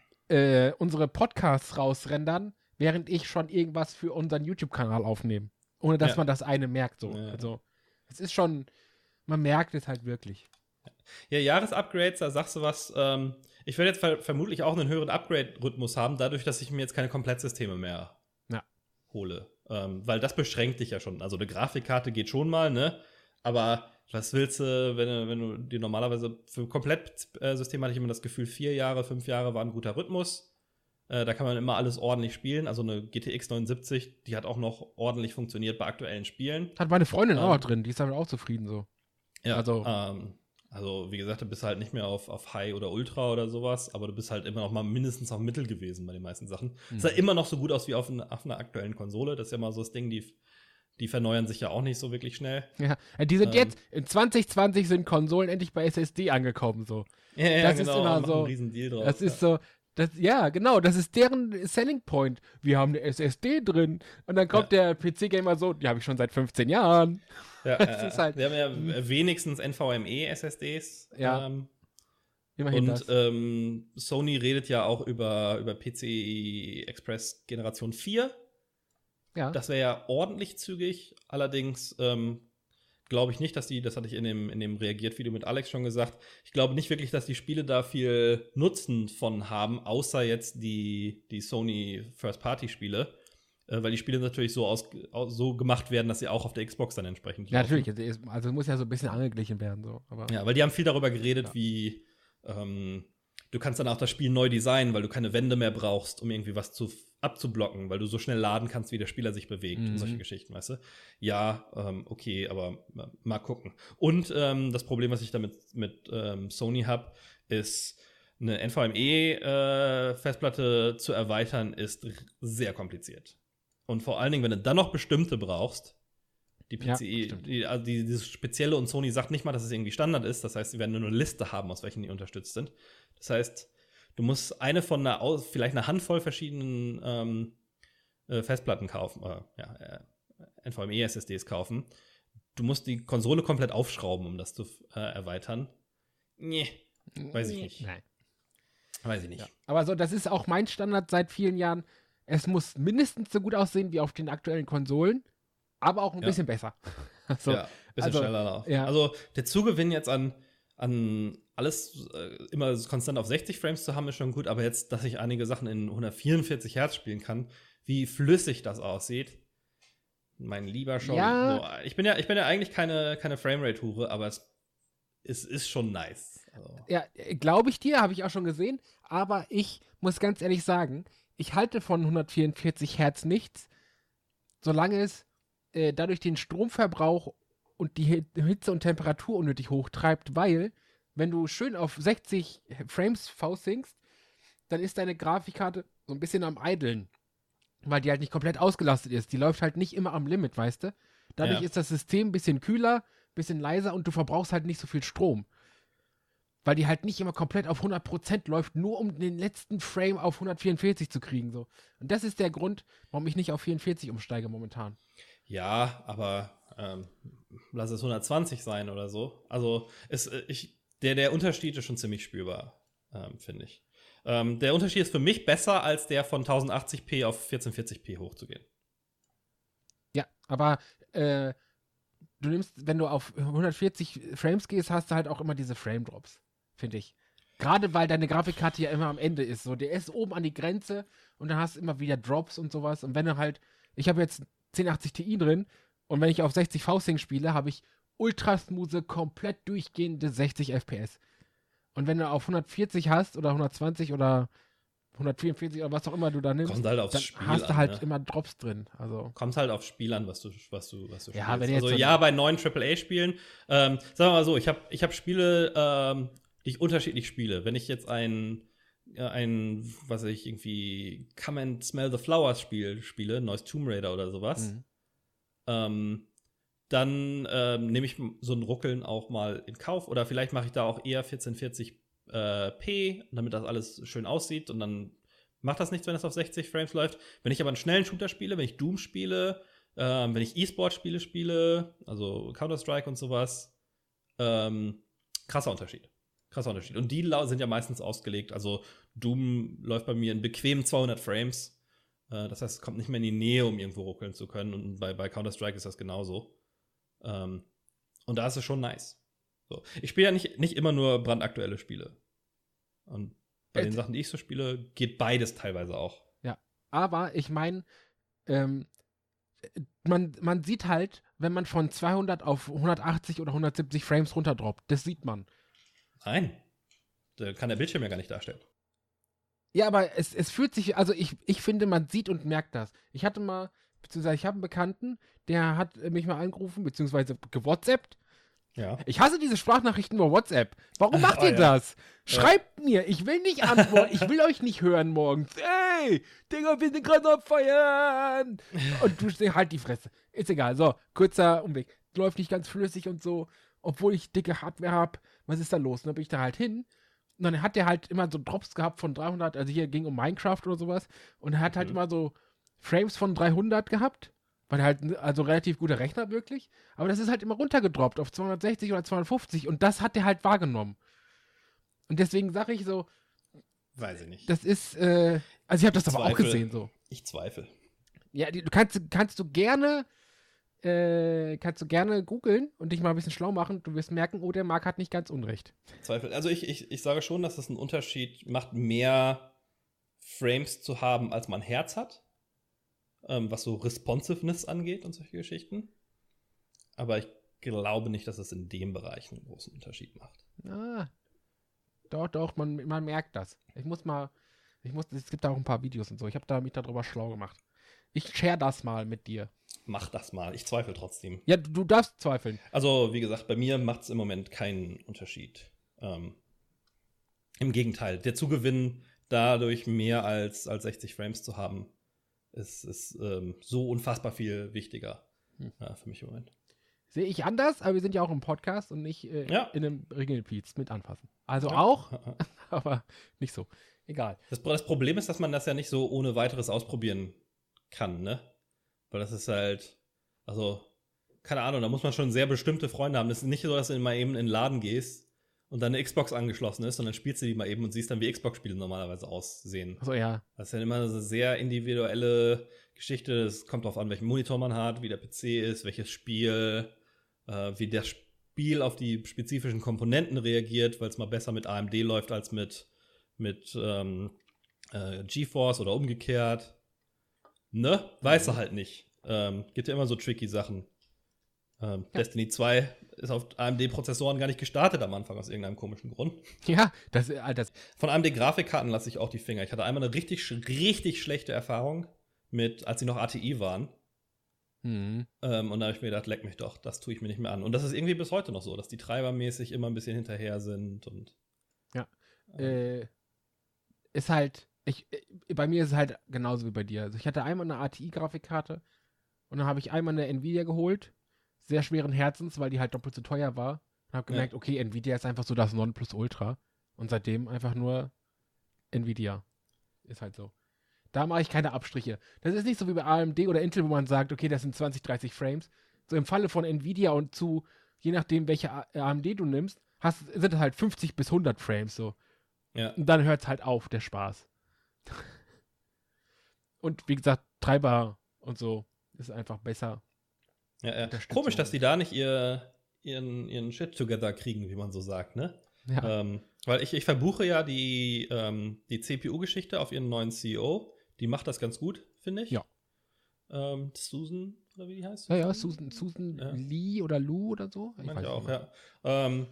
äh, unsere Podcasts rausrendern, während ich schon irgendwas für unseren YouTube-Kanal aufnehme. Ohne dass ja. man das eine merkt. So. Ja. Also, es ist schon, man merkt es halt wirklich. Ja, Jahresupgrades, da sagst du was. Ähm, ich werde jetzt ver- vermutlich auch einen höheren Upgrade-Rhythmus haben, dadurch, dass ich mir jetzt keine Komplettsysteme mehr ja. hole. Ähm, weil das beschränkt dich ja schon. Also eine Grafikkarte geht schon mal, ne? Aber was willst du, wenn du, wenn du dir normalerweise für Komplettsystem hatte ich immer das Gefühl, vier Jahre, fünf Jahre war ein guter Rhythmus. Äh, da kann man immer alles ordentlich spielen. Also eine G T X neunundsiebzig, die hat auch noch ordentlich funktioniert bei aktuellen Spielen. Hat meine Freundin ähm, auch drin, die ist damit auch zufrieden so. Ja, also, ähm, also wie gesagt, du bist halt nicht mehr auf, auf High oder Ultra oder sowas, aber du bist halt immer noch mal mindestens auf Mittel gewesen bei den meisten Sachen. Es mhm. sah immer noch so gut aus wie auf, eine, auf einer aktuellen Konsole. Das ist ja mal so das Ding, die, die verneuern sich ja auch nicht so wirklich schnell. Ja, die sind ähm, jetzt, in zwanzig zwanzig sind Konsolen endlich bei S S D angekommen so. Ja, ja das genau, ist immer so, einen riesen Deal drauf. Das ja. ist so, das, ja, genau, das ist deren Selling Point. Wir haben eine S S D drin. Und dann kommt ja. der P C-Gamer so, die habe ich schon seit fünfzehn Jahren. Ja, das äh, ist halt, wir haben ja wenigstens N V M E-S S Ds. Ja, ähm, immerhin und das. Ähm, Sony redet ja auch über, über P C I Express Generation vier. Ja. Das wäre ja ordentlich zügig. Allerdings ähm, glaube ich nicht, dass die, das hatte ich in dem, in dem Reagiert-Video mit Alex schon gesagt, ich glaube nicht wirklich, dass die Spiele da viel Nutzen von haben, außer jetzt die, die Sony First-Party-Spiele. Äh, weil die Spiele natürlich so, aus, aus, so gemacht werden, dass sie auch auf der Xbox dann entsprechend Ja, laufen. natürlich. Also muss ja so ein bisschen angeglichen werden. So. Aber ja, weil die haben viel darüber geredet, ja. wie ähm, du kannst dann auch das Spiel neu designen, weil du keine Wände mehr brauchst, um irgendwie was zu, abzublocken, weil du so schnell laden kannst, wie der Spieler sich bewegt Mhm. und solche Geschichten, weißt du? Ja, ähm, okay, aber ma- mal gucken. Und ähm, das Problem, was ich damit mit ähm, Sony habe, ist, eine N V M E-Festplatte äh, zu erweitern, ist r- sehr kompliziert. Und vor allen Dingen, wenn du dann noch bestimmte brauchst, die P C I, Ja, stimmt. die, also die, dieses Spezielle, und Sony sagt nicht mal, dass es irgendwie Standard ist. Das heißt, sie werden nur eine Liste haben, aus welchen die unterstützt sind. Das heißt, du musst eine von einer, aus- vielleicht eine Handvoll verschiedenen ähm, äh, Festplatten kaufen, äh, ja, äh, N V M E-S S Ds kaufen. Du musst die Konsole komplett aufschrauben, um das zu äh, erweitern. Nee, weiß ich nicht. Nein. Weiß ich nicht. Ja. Aber so, das ist auch mein Standard seit vielen Jahren. Es muss mindestens so gut aussehen wie auf den aktuellen Konsolen, aber auch ein Ja. bisschen besser. So, Ja, bisschen also, schneller laufen. ja. Also der Zugewinn jetzt an, an alles äh, immer konstant auf sechzig Frames zu haben, ist schon gut, aber jetzt, dass ich einige Sachen in hundertvierundvierzig Hertz spielen kann, wie flüssig das aussieht, mein lieber schon. Ja. So, ich bin ja, ich bin ja eigentlich keine, keine Framerate-Hure, aber es es ist schon nice. Also. Ja, glaube ich dir, habe ich auch schon gesehen. Aber ich muss ganz ehrlich sagen, ich halte von hundertvierundvierzig Hertz nichts, solange es äh, dadurch den Stromverbrauch und die Hitze und Temperatur unnötig hochtreibt, weil, wenn du schön auf sechzig Frames V-Syncst, dann ist deine Grafikkarte so ein bisschen am Eideln, weil die halt nicht komplett ausgelastet ist. Die läuft halt nicht immer am Limit, weißt du? Dadurch Ja. ist das System ein bisschen kühler, ein bisschen leiser und du verbrauchst halt nicht so viel Strom. Weil die halt nicht immer komplett auf hundert Prozent läuft, nur um den letzten Frame auf hundertvierundvierzig zu kriegen. So. Und das ist der Grund, warum ich nicht auf vierundvierzig umsteige momentan. Ja, aber ähm, lass es hundertzwanzig sein oder so. Also es, ich, der, der Unterschied ist schon ziemlich spürbar, ähm, finde ich. Ähm, der Unterschied ist für mich besser, als der von tausendachtzig p auf vierzehnhundertvierzig p hochzugehen. Ja, aber äh, du nimmst, wenn du auf hundertvierzig Frames gehst, hast du halt auch immer diese Frame-Drops, finde ich. Gerade weil deine Grafikkarte ja immer am Ende ist. So, der ist oben an die Grenze und dann hast du immer wieder Drops und sowas. Und wenn du halt, ich habe jetzt zehn achtzig Ti drin und wenn ich auf sechzig V-Sync spiele, habe ich ultra smooth, komplett durchgehende sechzig F P S. Und wenn du auf hundertvierzig hast oder hundertzwanzig oder hundertvierundvierzig oder was auch immer du da nimmst, Kommt halt aufs dann Spiel hast du an, halt ne? immer Drops drin. Also Kommt halt aufs Spiel an, was du, was du, was du Ja, spielst. wenn jetzt Also so- ja, bei neuen Triple A-Spielen, ähm, sagen wir mal so, ich habe ich hab Spiele, ähm, die ich unterschiedlich spiele. Wenn ich jetzt ein, äh, ein, was weiß ich, irgendwie Come and Smell the Flowers Spiel spiele, neues Tomb Raider oder sowas, Mhm. ähm, dann ähm, nehme ich so ein Ruckeln auch mal in Kauf. Oder vielleicht mache ich da auch eher vierzehnhundertvierzig p, damit das alles schön aussieht. Und dann macht das nichts, wenn es auf sechzig Frames läuft. Wenn ich aber einen schnellen Shooter spiele, wenn ich Doom spiele, ähm, wenn ich E-Sport-Spiele spiele, also Counter-Strike und sowas, ähm, krasser Unterschied. Krasser Unterschied. Und die lau- sind ja meistens ausgelegt. Also Doom läuft bei mir in bequemen zweihundert Frames. Äh, das heißt, es kommt nicht mehr in die Nähe, um irgendwo ruckeln zu können. Und bei, bei Counter-Strike ist das genauso. Ähm, und da ist es schon nice. So. Ich spiele ja nicht, nicht immer nur brandaktuelle Spiele. Und bei den Äh, Sachen, die ich so spiele, geht beides teilweise auch. Ja, aber ich meine, ähm, man, man sieht halt, wenn man von zweihundert auf hundertachtzig oder hundertsiebzig Frames runterdroppt, das sieht man. Nein. Da kann der Bildschirm ja gar nicht darstellen. Ja, aber es, es fühlt sich, also ich, ich finde, man sieht und merkt das. Ich hatte mal, beziehungsweise ich habe einen Bekannten, der hat mich mal angerufen, beziehungsweise gewhatsappt. Ja. Ich hasse diese Sprachnachrichten über WhatsApp. Warum macht Oh, ihr ja. das? Schreibt mir, ich will nicht antworten, ich will euch nicht hören morgens. Ey, Digga, wir sind gerade am Feiern. Und du stehst halt die Fresse. Ist egal, so, kurzer Umweg. Läuft nicht ganz flüssig und so, obwohl ich dicke Hardware habe. Was ist da los? Und dann bin ich da halt hin. Und dann hat der halt immer so Drops gehabt von dreihundert, also hier ging um Minecraft oder sowas. Und er hat halt Mhm. immer so Frames von dreihundert gehabt. Weil er halt, also relativ guter Rechner wirklich. Aber das ist halt immer runtergedroppt auf zweihundertsechzig oder zweihundertfünfzig. Und das hat der halt wahrgenommen. Und deswegen sage ich so, Weiß ich nicht. das ist, äh, also ich habe das Ich aber auch zweifle. gesehen so. Ich zweifle. Ja, die, du kannst, kannst du gerne, äh, kannst du gerne googeln und dich mal ein bisschen schlau machen. Du wirst merken, oh, der Marc hat nicht ganz unrecht. Zweifel. Also ich, ich, ich sage schon, dass es einen Unterschied macht, mehr Frames zu haben, als man Herz hat. Ähm, was so Responsiveness angeht und solche Geschichten. Aber ich glaube nicht, dass es in dem Bereich einen großen Unterschied macht. Ah, doch, doch, man, man merkt das. Ich muss mal, ich muss, es gibt da auch ein paar Videos und so. Ich habe da mich darüber schlau gemacht. Ich share das mal mit dir. Mach das mal. Ich zweifle trotzdem. Ja, du, du darfst zweifeln. Also, wie gesagt, bei mir macht es im Moment keinen Unterschied. Ähm, Im Gegenteil, der Zugewinn dadurch mehr als, als sechzig Frames zu haben, ist, ist ähm, so unfassbar viel wichtiger Hm. äh, für mich im Moment. Sehe ich anders, aber wir sind ja auch im Podcast und nicht äh, Ja. in einem Regelpiez mit anfassen. Also Ja. auch, aber nicht so. Egal. Das, das Problem ist, dass man das ja nicht so ohne weiteres ausprobieren kann, ne? Weil das ist halt, also, keine Ahnung, da muss man schon sehr bestimmte Freunde haben. Das ist nicht so, dass du mal eben in den Laden gehst und deine Xbox angeschlossen ist und dann spielst du die mal eben und siehst dann, wie Xbox-Spiele normalerweise aussehen. Achso, ja. Das ist ja immer eine sehr individuelle Geschichte. Es kommt darauf an, welchen Monitor man hat, wie der P C ist, welches Spiel, äh, wie das Spiel auf die spezifischen Komponenten reagiert, weil es mal besser mit A M D läuft als mit, mit ähm, äh, GeForce oder umgekehrt. Ne? Weiß er halt nicht. Ähm, gibt ja immer so tricky Sachen. Ähm, Ja. Destiny zwei ist auf A M D-Prozessoren gar nicht gestartet am Anfang, aus irgendeinem komischen Grund. Ja, das, äh, das Von A M D-Grafikkarten lasse ich auch die Finger. Ich hatte einmal eine richtig, sch- richtig schlechte Erfahrung mit, als sie noch A T I waren. hm. Ähm, und da habe ich mir gedacht, leck mich doch, das tue ich mir nicht mehr an. Und das ist irgendwie bis heute noch so, dass die treibermäßig immer ein bisschen hinterher sind. Und Ja. ähm, äh, ist halt, ich, äh, bei mir ist es halt genauso wie bei dir. Also ich hatte einmal eine A T I-Grafikkarte und dann habe ich einmal eine Nvidia geholt, sehr schweren Herzens, weil die halt doppelt so teuer war. Und habe gemerkt, Ja. okay, Nvidia ist einfach so das Nonplusultra. Und seitdem einfach nur Nvidia. Ist halt so. Da mache ich keine Abstriche. Das ist nicht so wie bei A M D oder Intel, wo man sagt, okay, das sind zwanzig, dreißig Frames. So im Falle von Nvidia und zu, je nachdem, welche A- AMD du nimmst, hast, sind es halt fünfzig bis hundert Frames so. ja. Und dann hört es halt auf, der Spaß. Und wie gesagt, Treiber und so ist einfach besser. Ja, ja. Unterstützung. Komisch, dass die da nicht ihr, ihren, ihren Shit together kriegen, wie man so sagt, ne? Ja. Ähm, weil ich, ich verbuche ja die, ähm, die C P U-Geschichte auf ihren neuen C E O. Die macht das ganz gut, finde ich. Ja. Ähm, Susan, oder wie die heißt? Ja, ja, Susan, Susan Ja. Lee oder Lou oder so. Ich Meine ich weiß auch, nicht mehr. ja. Ähm,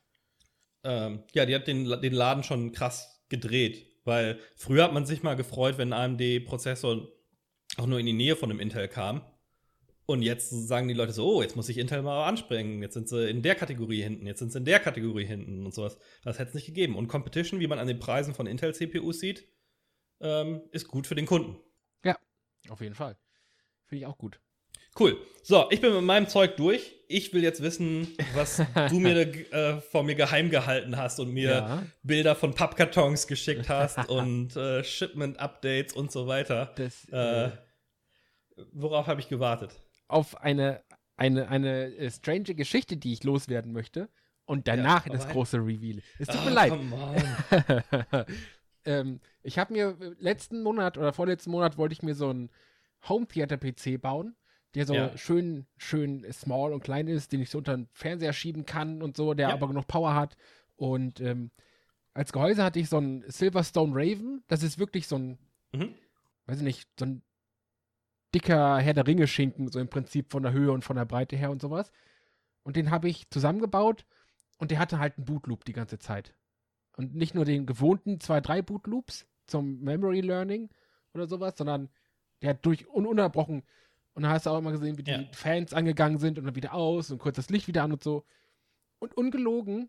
ähm, ja, die hat den, den Laden schon krass gedreht. Weil früher hat man sich mal gefreut, wenn ein A M D-Prozessor auch nur in die Nähe von einem Intel kam. Und jetzt sagen die Leute so, oh, jetzt muss ich Intel mal anspringen. Jetzt sind sie in der Kategorie hinten, jetzt sind sie in der Kategorie hinten und sowas. Das hätte es nicht gegeben. Und Competition, wie man an den Preisen von Intel-C P Us sieht, ähm, ist gut für den Kunden. Ja, auf jeden Fall. Finde ich auch gut. Cool. So, ich bin mit meinem Zeug durch. Ich will jetzt wissen, was du mir äh, vor mir geheim gehalten hast und mir Ja. Bilder von Pappkartons geschickt hast und äh, Shipment-Updates und so weiter. Das, Äh, äh, worauf habe ich gewartet? auf eine, eine, eine äh, strange Geschichte, die ich loswerden möchte. Und danach Ja, das aber- große Reveal. Es tut Ah, mir leid. come on. ähm, ich habe mir äh, letzten Monat oder vorletzten Monat wollte ich mir so einen Home Theater P C bauen, der so Ja. schön, schön small und klein ist, den ich so unter den Fernseher schieben kann und so, der Ja. aber genug Power hat. Und ähm, als Gehäuse hatte ich so einen Silverstone Raven. Das ist wirklich so ein, Mhm. weiß ich nicht, so ein dicker Herr der Ringe-Schinken, so im Prinzip von der Höhe und von der Breite her und sowas. Und den habe ich zusammengebaut und der hatte halt einen Bootloop die ganze Zeit. Und nicht nur den gewohnten zwei, drei Bootloops zum Memory Learning oder sowas, sondern der hat durch un ununterbrochen. Und da hast du auch immer gesehen, wie die Ja. Fans angegangen sind und dann wieder aus und kurz das Licht wieder an und so. Und ungelogen,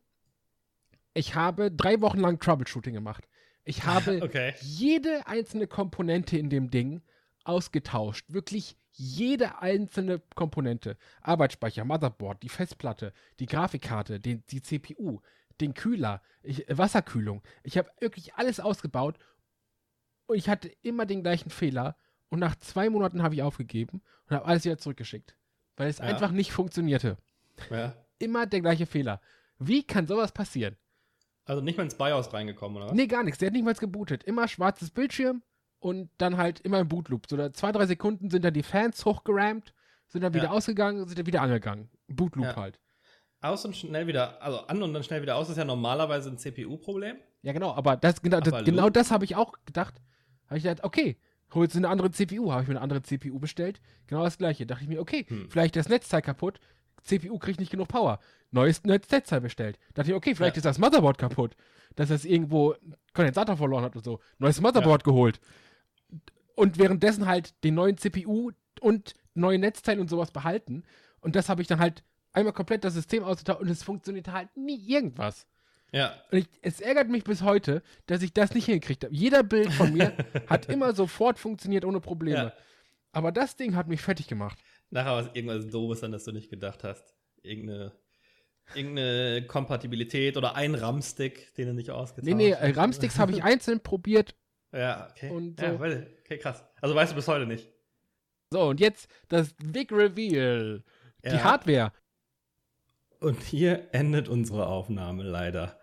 ich habe drei Wochen lang Troubleshooting gemacht. Ich habe Okay. jede einzelne Komponente in dem Ding ausgetauscht. Wirklich jede einzelne Komponente. Arbeitsspeicher, Motherboard, die Festplatte, die Grafikkarte, den, die C P U, den Kühler, ich, äh, Wasserkühlung. Ich habe wirklich alles ausgebaut und ich hatte immer den gleichen Fehler. Und nach zwei Monaten habe ich aufgegeben und habe alles wieder zurückgeschickt. Weil es Ja. einfach nicht funktionierte. Ja. Immer der gleiche Fehler. Wie kann sowas passieren? Also nicht mal ins BIOS reingekommen, oder was? Nee, gar nichts. Der hat nicht mal gebootet. Immer schwarzes Bildschirm und dann halt immer im Bootloop. So da zwei, drei Sekunden sind dann die Fans hochgerammt, sind dann wieder Ja. ausgegangen, sind dann wieder angegangen. Bootloop Ja. halt. Aus und schnell wieder, also an und dann schnell wieder aus, ist ja normalerweise ein C P U-Problem. Ja, genau. Aber das, genau, Aber das, genau Loop? das habe ich auch gedacht. Habe ich gedacht, okay, holst du eine andere C P U. Habe ich mir eine andere C P U bestellt. Genau das gleiche. Dachte ich mir, okay, Hm. vielleicht das Netzteil kaputt. C P U kriegt nicht genug Power. Neues Netzteil bestellt. Dachte ich, okay, vielleicht Ja. ist das Motherboard kaputt. Dass das irgendwo Kondensator verloren hat oder so. Neues Motherboard geholt. Und währenddessen halt den neuen C P U und neue Netzteil und sowas behalten. Und das habe ich dann halt einmal komplett das System ausgetauscht und es funktioniert halt nie irgendwas. Ja. Und ich, es ärgert mich bis heute, dass ich das nicht hingekriegt habe. Jeder Bild von mir hat immer sofort funktioniert ohne Probleme. Ja. Aber das Ding hat mich fertig gemacht. Nachher war es irgendwas Doofes, an das du nicht gedacht hast. Irgendeine, irgendeine Kompatibilität oder ein RAM-Stick, den du nicht ausgetauscht Nee, nee, hast. äh, RAM-Sticks habe ich einzeln probiert. Ja, okay. Und ja, so. weil- okay, krass. Also weißt du bis heute nicht. So, und jetzt das Big Reveal. Die Ja. Hardware. Und hier endet unsere Aufnahme leider.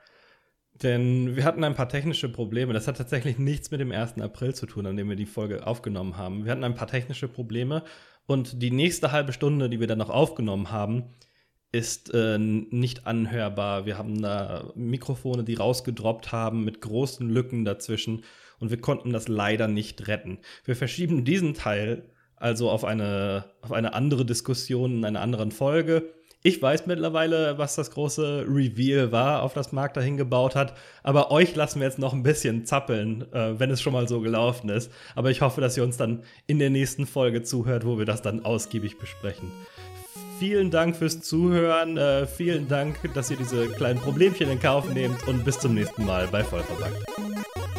Denn wir hatten ein paar technische Probleme. Das hat tatsächlich nichts mit dem ersten April zu tun, an dem wir die Folge aufgenommen haben. Wir hatten ein paar technische Probleme und die nächste halbe Stunde, die wir dann noch aufgenommen haben, ist äh, nicht anhörbar. Wir haben da Mikrofone, die rausgedroppt haben, mit großen Lücken dazwischen und wir konnten das leider nicht retten. Wir verschieben diesen Teil also auf eine, auf eine andere Diskussion in einer anderen Folge. Ich weiß mittlerweile, was das große Reveal war, auf das Marc dahin gebaut hat. Aber euch lassen wir jetzt noch ein bisschen zappeln, äh, wenn es schon mal so gelaufen ist. Aber ich hoffe, dass ihr uns dann in der nächsten Folge zuhört, wo wir das dann ausgiebig besprechen. Vielen Dank fürs Zuhören. Äh, vielen Dank, dass ihr diese kleinen Problemchen in Kauf nehmt. Und bis zum nächsten Mal bei Vollverbackt.